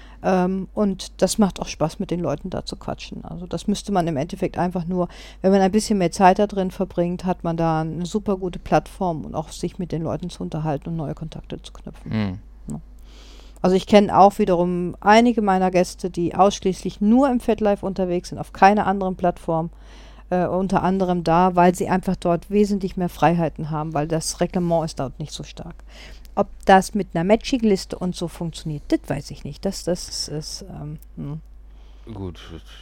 Und das macht auch Spaß, mit den Leuten da zu quatschen. Also das müsste man im Endeffekt einfach nur, wenn man ein bisschen mehr Zeit da drin verbringt, hat man da eine super gute Plattform und auch sich mit den Leuten zu unterhalten und neue Kontakte zu knüpfen. Ne? Also ich kenne auch wiederum einige meiner Gäste, die ausschließlich nur im FetLife unterwegs sind, auf keiner anderen Plattform, unter anderem da, weil sie einfach dort wesentlich mehr Freiheiten haben, weil das Reglement ist dort nicht so stark. Ob das mit einer Matching-Liste und so funktioniert, das weiß ich nicht. Das ist Gut,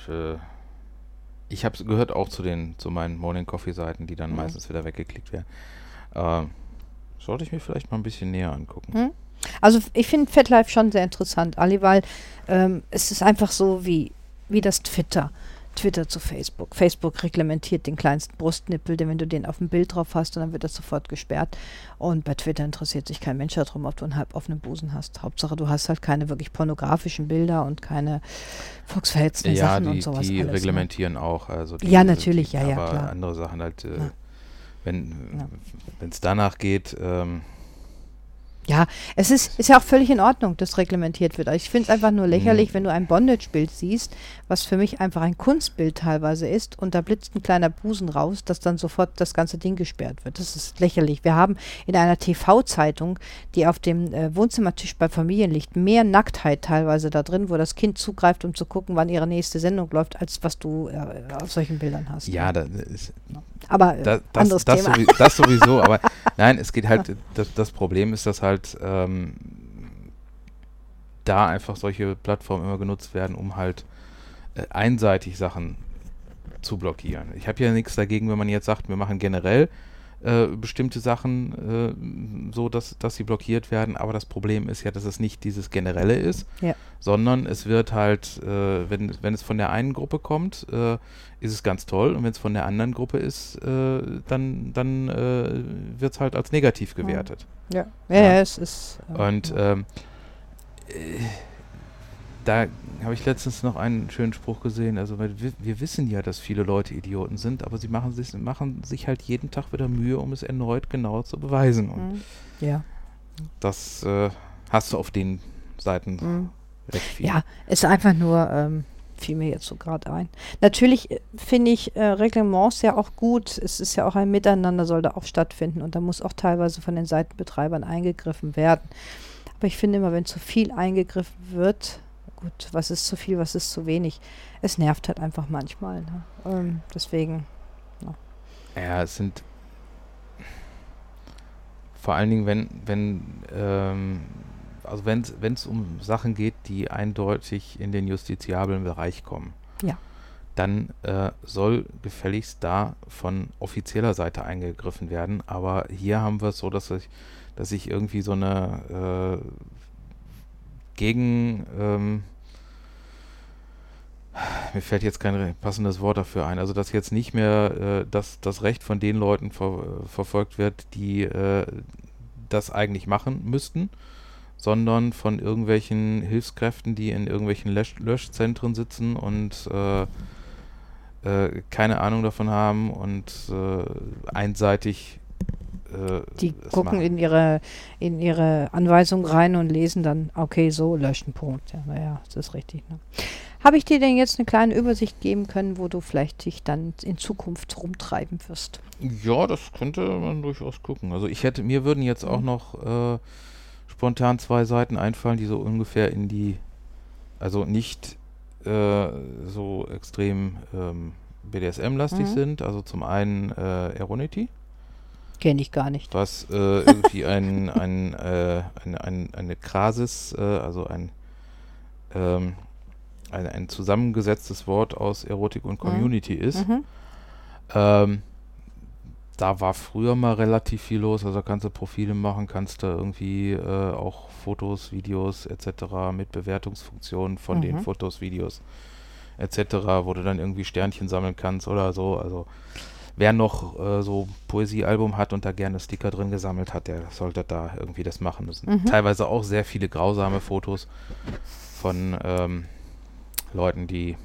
ich habe gehört auch zu meinen Morning Coffee Seiten, die dann meistens wieder weggeklickt werden. Sollte ich mir vielleicht mal ein bisschen näher angucken. Also ich finde FetLife schon sehr interessant, Ali, weil es ist einfach so wie das Twitter zu Facebook. Facebook reglementiert den kleinsten Brustnippel, denn wenn du den auf dem Bild drauf hast, dann wird das sofort gesperrt. Und bei Twitter interessiert sich kein Mensch darum, ob du einen halboffenen Busen hast. Hauptsache, du hast halt keine wirklich pornografischen Bilder und keine volksverhetzenden Sachen und sowas. Die alles, reglementieren ne? auch. Also ja, natürlich, aber klar. Andere Sachen halt, wenn es danach geht, ja, es ist ja auch völlig in Ordnung, dass reglementiert wird. Ich finde es einfach nur lächerlich, wenn du ein Bondage-Bild siehst, was für mich einfach ein Kunstbild teilweise ist, und da blitzt ein kleiner Busen raus, dass dann sofort das ganze Ding gesperrt wird. Das ist lächerlich. Wir haben in einer TV-Zeitung, die auf dem Wohnzimmertisch bei Familien liegt, mehr Nacktheit teilweise da drin, wo das Kind zugreift, um zu gucken, wann ihre nächste Sendung läuft, als was du auf solchen Bildern hast. Ja, das ist... Aber anderes Thema. Das sowieso, aber nein, es geht halt, das Problem ist, dass halt da einfach solche Plattformen immer genutzt werden, um halt einseitig Sachen zu blockieren. Ich habe ja nichts dagegen, wenn man jetzt sagt, wir machen generell bestimmte Sachen so, dass sie blockiert werden, aber das Problem ist ja, dass es nicht dieses Generelle ist, sondern es wird halt, wenn es von der einen Gruppe kommt, ist es ganz toll, und wenn es von der anderen Gruppe ist, dann wird es halt als negativ gewertet. Ja, es ist... Und da habe ich letztens noch einen schönen Spruch gesehen. Also wir wissen ja, dass viele Leute Idioten sind, aber sie machen sich halt jeden Tag wieder Mühe, um es erneut genauer zu beweisen. Und Ja. das hast du auf den Seiten recht viel. Ja, ist einfach nur, fiel mir jetzt so gerade ein. Natürlich finde ich Reglements ja auch gut. Es ist ja auch ein Miteinander, soll da auch stattfinden und da muss auch teilweise von den Seitenbetreibern eingegriffen werden. Aber ich finde immer, wenn zu viel eingegriffen wird, gut, was ist zu viel, was ist zu wenig? Es nervt halt einfach manchmal. Ne? Deswegen. Ja, es sind vor allen Dingen, wenn es um Sachen geht, die eindeutig in den justiziablen Bereich kommen, Ja. dann soll gefälligst da von offizieller Seite eingegriffen werden. Aber hier haben wir es so, dass ich irgendwie so eine mir fällt jetzt kein passendes Wort dafür ein, also dass jetzt nicht mehr das Recht von den Leuten verfolgt wird, die das eigentlich machen müssten, sondern von irgendwelchen Hilfskräften, die in irgendwelchen Löschzentren sitzen und keine Ahnung davon haben und einseitig die gucken in ihre Anweisung rein und lesen dann, okay, so, löschen, Punkt. Ja, naja, das ist richtig. Ne? Habe ich dir denn jetzt eine kleine Übersicht geben können, wo du vielleicht dich dann in Zukunft rumtreiben wirst? Ja, das könnte man durchaus gucken. Also mir würden jetzt auch noch spontan 2 Seiten einfallen, die so ungefähr also nicht so extrem BDSM-lastig sind. Also zum einen Eronity. Kenne ich gar nicht. Was irgendwie eine Krasis, also ein zusammengesetztes Wort aus Erotik und Community ist. Da war früher mal relativ viel los, also da kannst du Profile machen, kannst du irgendwie auch Fotos, Videos etc. mit Bewertungsfunktionen von den Fotos, Videos etc., wo du dann irgendwie Sternchen sammeln kannst oder so. Also wer noch so Poesiealbum hat und da gerne Sticker drin gesammelt hat, der sollte da irgendwie das machen. Das sind teilweise auch sehr viele grausame Fotos von Leuten, die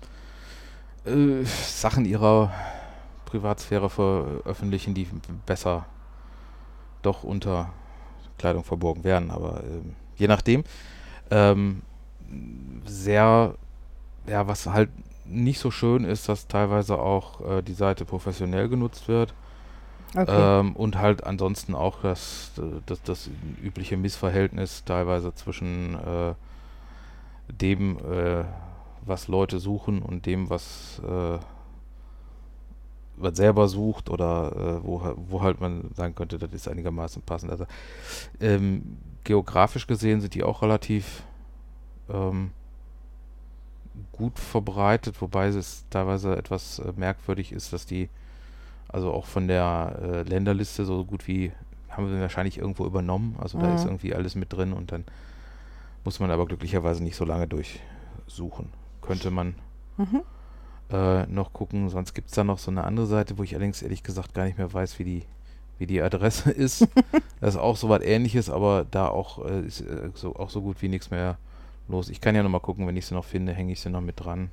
Sachen ihrer Privatsphäre veröffentlichen, die besser doch unter Kleidung verborgen werden. Aber je nachdem, was halt nicht so schön ist, dass teilweise auch die Seite professionell genutzt wird. Okay. Und halt ansonsten auch das übliche Missverhältnis teilweise zwischen dem, was Leute suchen und dem, was selber sucht oder wo halt man sagen könnte, das ist einigermaßen passend. Also geografisch gesehen sind die auch relativ gut verbreitet, wobei es teilweise etwas merkwürdig ist, dass die also auch von der Länderliste so gut wie haben wir wahrscheinlich irgendwo übernommen. Also da ist irgendwie alles mit drin und dann muss man aber glücklicherweise nicht so lange durchsuchen. Könnte man noch gucken, sonst gibt es da noch so eine andere Seite, wo ich allerdings ehrlich gesagt gar nicht mehr weiß, wie die Adresse ist. Das ist auch so was Ähnliches, aber da auch ist auch so gut wie nichts mehr los. Ich kann ja noch mal gucken, wenn ich sie noch finde, hänge ich sie noch mit dran.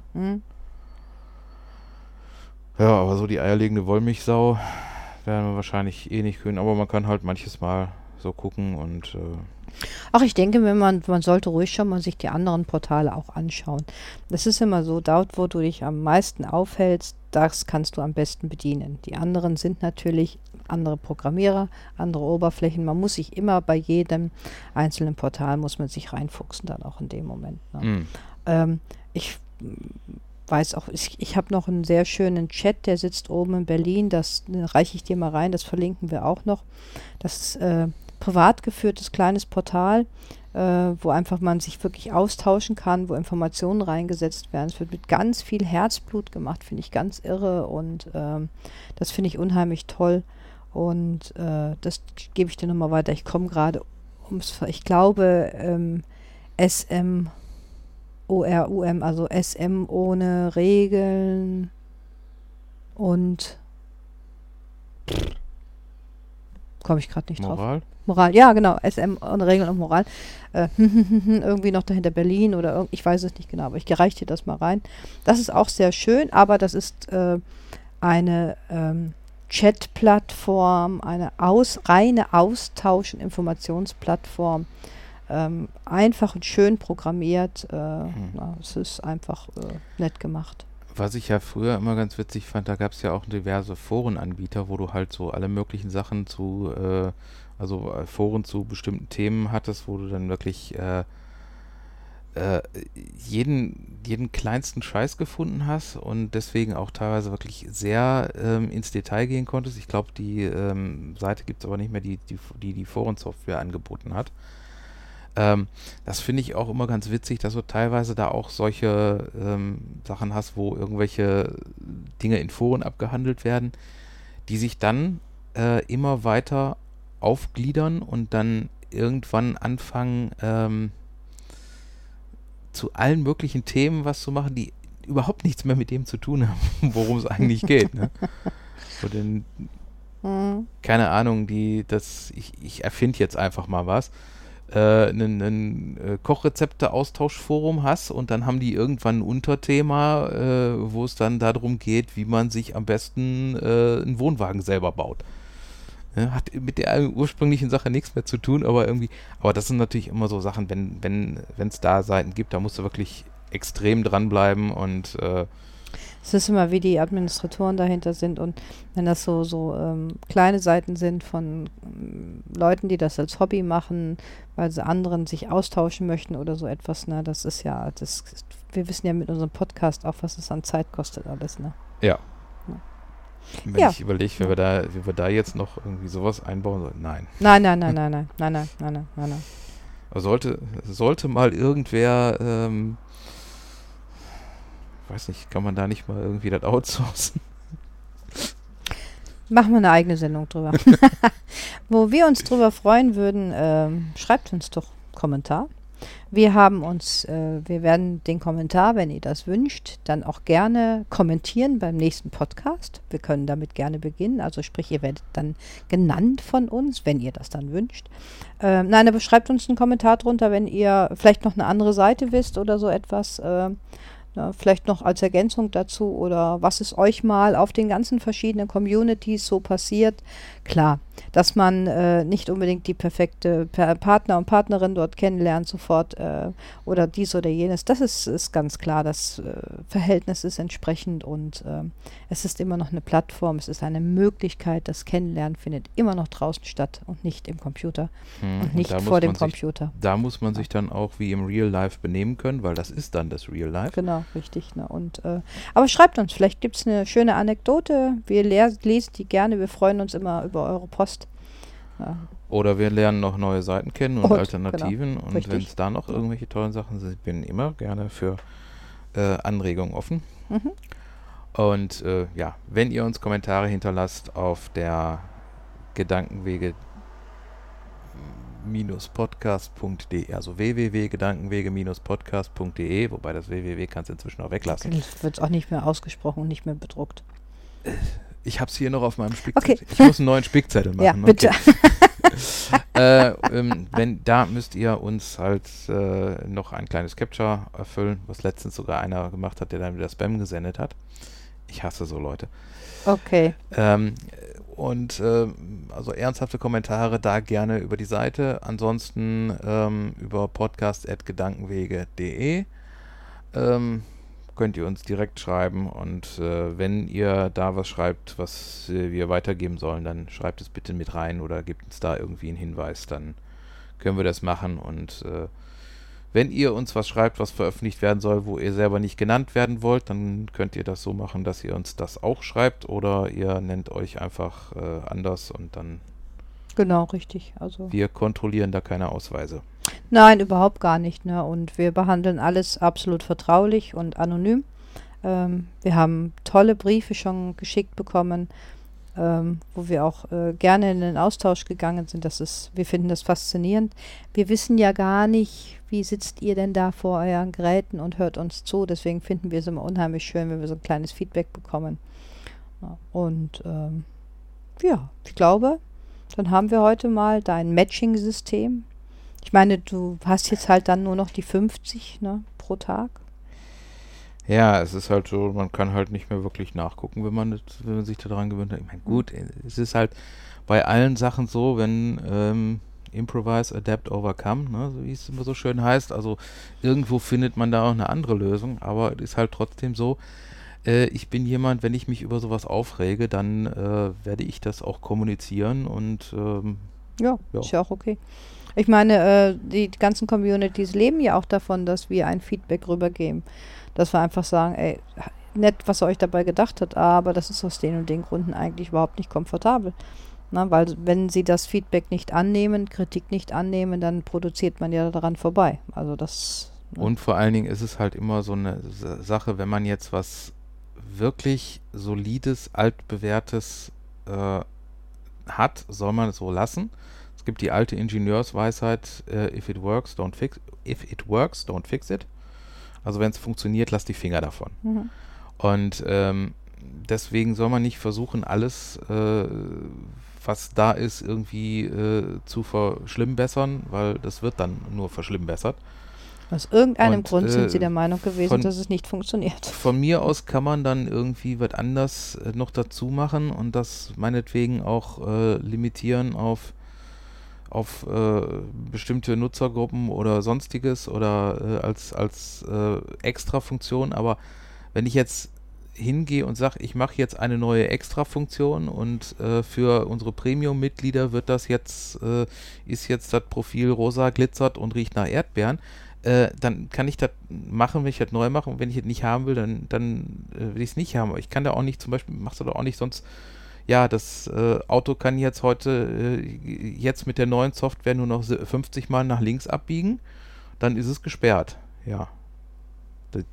Ja, aber so die eierlegende Wollmilchsau werden wir wahrscheinlich eh nicht können, aber man kann halt manches Mal so gucken und Ach, ich denke, man sollte ruhig schon mal sich die anderen Portale auch anschauen. Das ist immer so, dort, wo du dich am meisten aufhältst, das kannst du am besten bedienen. Die anderen sind natürlich andere Programmierer, andere Oberflächen. Man muss sich immer bei jedem einzelnen Portal, muss man sich reinfuchsen dann auch in dem Moment. Ne? Ich weiß auch, ich habe noch einen sehr schönen Chat, der sitzt oben in Berlin, das reiche ich dir mal rein, das verlinken wir auch noch. Das ist privat geführtes kleines Portal, wo einfach man sich wirklich austauschen kann, wo Informationen reingesetzt werden. Es wird mit ganz viel Herzblut gemacht, finde ich ganz irre und das finde ich unheimlich toll und das gebe ich dir nochmal weiter. Ich komme gerade ich glaube SMORUM, also SM ohne Regeln und komme ich gerade nicht drauf. Moral, ja, genau, SM und Regeln und Moral. Irgendwie noch dahinter Berlin oder ich weiß es nicht genau, aber ich gereiche dir das mal rein. Das ist auch sehr schön, aber das ist eine Chat-Plattform, eine reine Austausch- und Informationsplattform. Einfach und schön programmiert. Es ist einfach nett gemacht. Was ich ja früher immer ganz witzig fand, da gab es ja auch diverse Forenanbieter, wo du halt so alle möglichen Sachen Foren zu bestimmten Themen hattest, wo du dann wirklich jeden kleinsten Scheiß gefunden hast und deswegen auch teilweise wirklich sehr ins Detail gehen konntest. Ich glaube, die Seite gibt es aber nicht mehr, die Forensoftware angeboten hat. Das finde ich auch immer ganz witzig, dass du teilweise da auch solche Sachen hast, wo irgendwelche Dinge in Foren abgehandelt werden, die sich dann immer weiter aufgliedern und dann irgendwann anfangen, zu allen möglichen Themen was zu machen, die überhaupt nichts mehr mit dem zu tun haben, worum es eigentlich geht. Ne? So keine Ahnung, ich erfinde jetzt einfach mal was. Ein Kochrezepte-Austauschforum hast und dann haben die irgendwann ein Unterthema, wo es dann darum geht, wie man sich am besten einen Wohnwagen selber baut. Hat mit der ursprünglichen Sache nichts mehr zu tun, aber das sind natürlich immer so Sachen, wenn es da Seiten gibt, da musst du wirklich extrem dranbleiben und es ist immer, wie die Administratoren dahinter sind und wenn das so kleine Seiten sind von Leuten, die das als Hobby machen, weil sie anderen sich austauschen möchten oder so etwas, ne, das ist ja, wir wissen ja mit unserem Podcast auch, was es an Zeit kostet alles, ne? Ja. Wenn ich überlege, wie wir da jetzt noch irgendwie sowas einbauen sollen, nein. Nein. Sollte mal irgendwer weiß nicht, kann man da nicht mal irgendwie das outsourcen? Machen wir eine eigene Sendung drüber. Wo wir uns drüber freuen würden, schreibt uns doch einen Kommentar. Wir werden den Kommentar, wenn ihr das wünscht, dann auch gerne kommentieren beim nächsten Podcast. Wir können damit gerne beginnen. Also sprich, ihr werdet dann genannt von uns, wenn ihr das dann wünscht. Nein, aber schreibt uns einen Kommentar drunter, wenn ihr vielleicht noch eine andere Seite wisst oder so etwas. Vielleicht noch als Ergänzung dazu oder was ist euch mal auf den ganzen verschiedenen Communities so passiert. Klar, dass man nicht unbedingt die perfekte Partner und Partnerin dort kennenlernt sofort oder dies oder jenes. Das ist ganz klar. Das Verhältnis ist entsprechend und es ist immer noch eine Plattform. Es ist eine Möglichkeit. Das Kennenlernen findet immer noch draußen statt und nicht im Computer und nicht vor dem Computer. Da muss man sich dann auch wie im Real Life benehmen können, weil das ist dann das Real Life. Genau, richtig. Ne? Und, aber schreibt uns, vielleicht gibt es eine schöne Anekdote. Wir lesen die gerne. Wir freuen uns immer über eure Post. Ja. Oder wir lernen noch neue Seiten kennen und Alternativen. Genau, und wenn es da noch irgendwelche tollen Sachen sind, bin ich immer gerne für Anregungen offen. Mhm. Und wenn ihr uns Kommentare hinterlasst auf der Gedankenwege-podcast.de, also www.gedankenwege-podcast.de, wobei das www kannst du inzwischen auch weglassen. Wird auch nicht mehr ausgesprochen und nicht mehr bedruckt. Ich habe es hier noch auf meinem Spickzettel. Okay. Ich muss einen neuen Spickzettel machen. Ja, bitte. Okay. Da müsst ihr uns halt noch ein kleines Capture erfüllen, was letztens sogar einer gemacht hat, der dann wieder Spam gesendet hat. Ich hasse so Leute. Okay. Also ernsthafte Kommentare da gerne über die Seite. Ansonsten über podcast@gedankenwege.de könnt ihr uns direkt schreiben und wenn ihr da was schreibt, was wir weitergeben sollen, dann schreibt es bitte mit rein oder gebt uns da irgendwie einen Hinweis, dann können wir das machen und wenn ihr uns was schreibt, was veröffentlicht werden soll, wo ihr selber nicht genannt werden wollt, dann könnt ihr das so machen, dass ihr uns das auch schreibt oder ihr nennt euch einfach anders und dann Genau, richtig. Also wir kontrollieren da keine Ausweise. Nein, überhaupt gar nicht. Ne? Und wir behandeln alles absolut vertraulich und anonym. Wir haben tolle Briefe schon geschickt bekommen, wo wir auch gerne in den Austausch gegangen sind. Wir finden das faszinierend. Wir wissen ja gar nicht, wie sitzt ihr denn da vor euren Geräten und hört uns zu. Deswegen finden wir es immer unheimlich schön, wenn wir so ein kleines Feedback bekommen. Ja, und ich glaube, Dann haben wir heute mal dein Matching-System. Ich meine, du hast jetzt halt dann nur noch die 50, ne, pro Tag. Ja, es ist halt so, man kann halt nicht mehr wirklich nachgucken, wenn man sich daran gewöhnt hat. Ich meine, gut, es ist halt bei allen Sachen so, wenn Improvise, Adapt, Overcome, ne, so wie es immer so schön heißt, also irgendwo findet man da auch eine andere Lösung, aber es ist halt trotzdem so, ich bin jemand, wenn ich mich über sowas aufrege, dann werde ich das auch kommunizieren und Ja, ja. ist ja auch okay. Ich meine, die ganzen Communities leben ja auch davon, dass wir ein Feedback rübergeben. Dass wir einfach sagen, ey, nett, was ihr euch dabei gedacht hat, aber das ist aus den und den Gründen eigentlich überhaupt nicht komfortabel. Na, weil wenn sie das Feedback nicht annehmen, Kritik nicht annehmen, dann produziert man ja daran vorbei. Also das... Ne? Und vor allen Dingen ist es halt immer so eine Sache, wenn man jetzt was wirklich solides, altbewährtes hat, soll man es so lassen. Es gibt die alte Ingenieursweisheit, if it works, don't fix it. Also wenn es funktioniert, lass die Finger davon. Mhm. Und deswegen soll man nicht versuchen, alles, was da ist, irgendwie zu verschlimmbessern, weil das wird dann nur verschlimmbessert. Aus irgendeinem Und, Grund sind sie der Meinung gewesen, von- dass es nicht funktioniert. Von mir aus kann man dann irgendwie was anders noch dazu machen und das meinetwegen auch limitieren auf bestimmte Nutzergruppen oder sonstiges oder als Extra-Funktion. Aber wenn ich jetzt hingehe und sage, ich mache jetzt eine neue Extra-Funktion und für unsere Premium-Mitglieder wird das jetzt, ist jetzt das Profil rosa, glitzert und riecht nach Erdbeeren, dann kann ich das machen, wenn ich das neu mache und wenn ich es nicht haben will, dann will ich es nicht haben. Aber ich kann da auch nicht, zum Beispiel, machst du da auch nicht sonst, ja, das Auto kann jetzt heute, jetzt mit der neuen Software nur noch 50 Mal nach links abbiegen, dann ist es gesperrt. Ja. Das,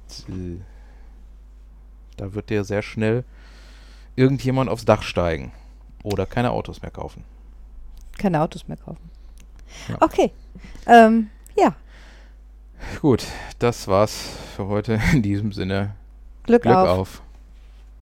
da wird dir sehr schnell irgendjemand aufs Dach steigen oder keine Autos mehr kaufen. Keine Autos mehr kaufen. Ja. Okay. Ja, Gut, das war's für heute. In diesem Sinne, Glück Glück auf. auf.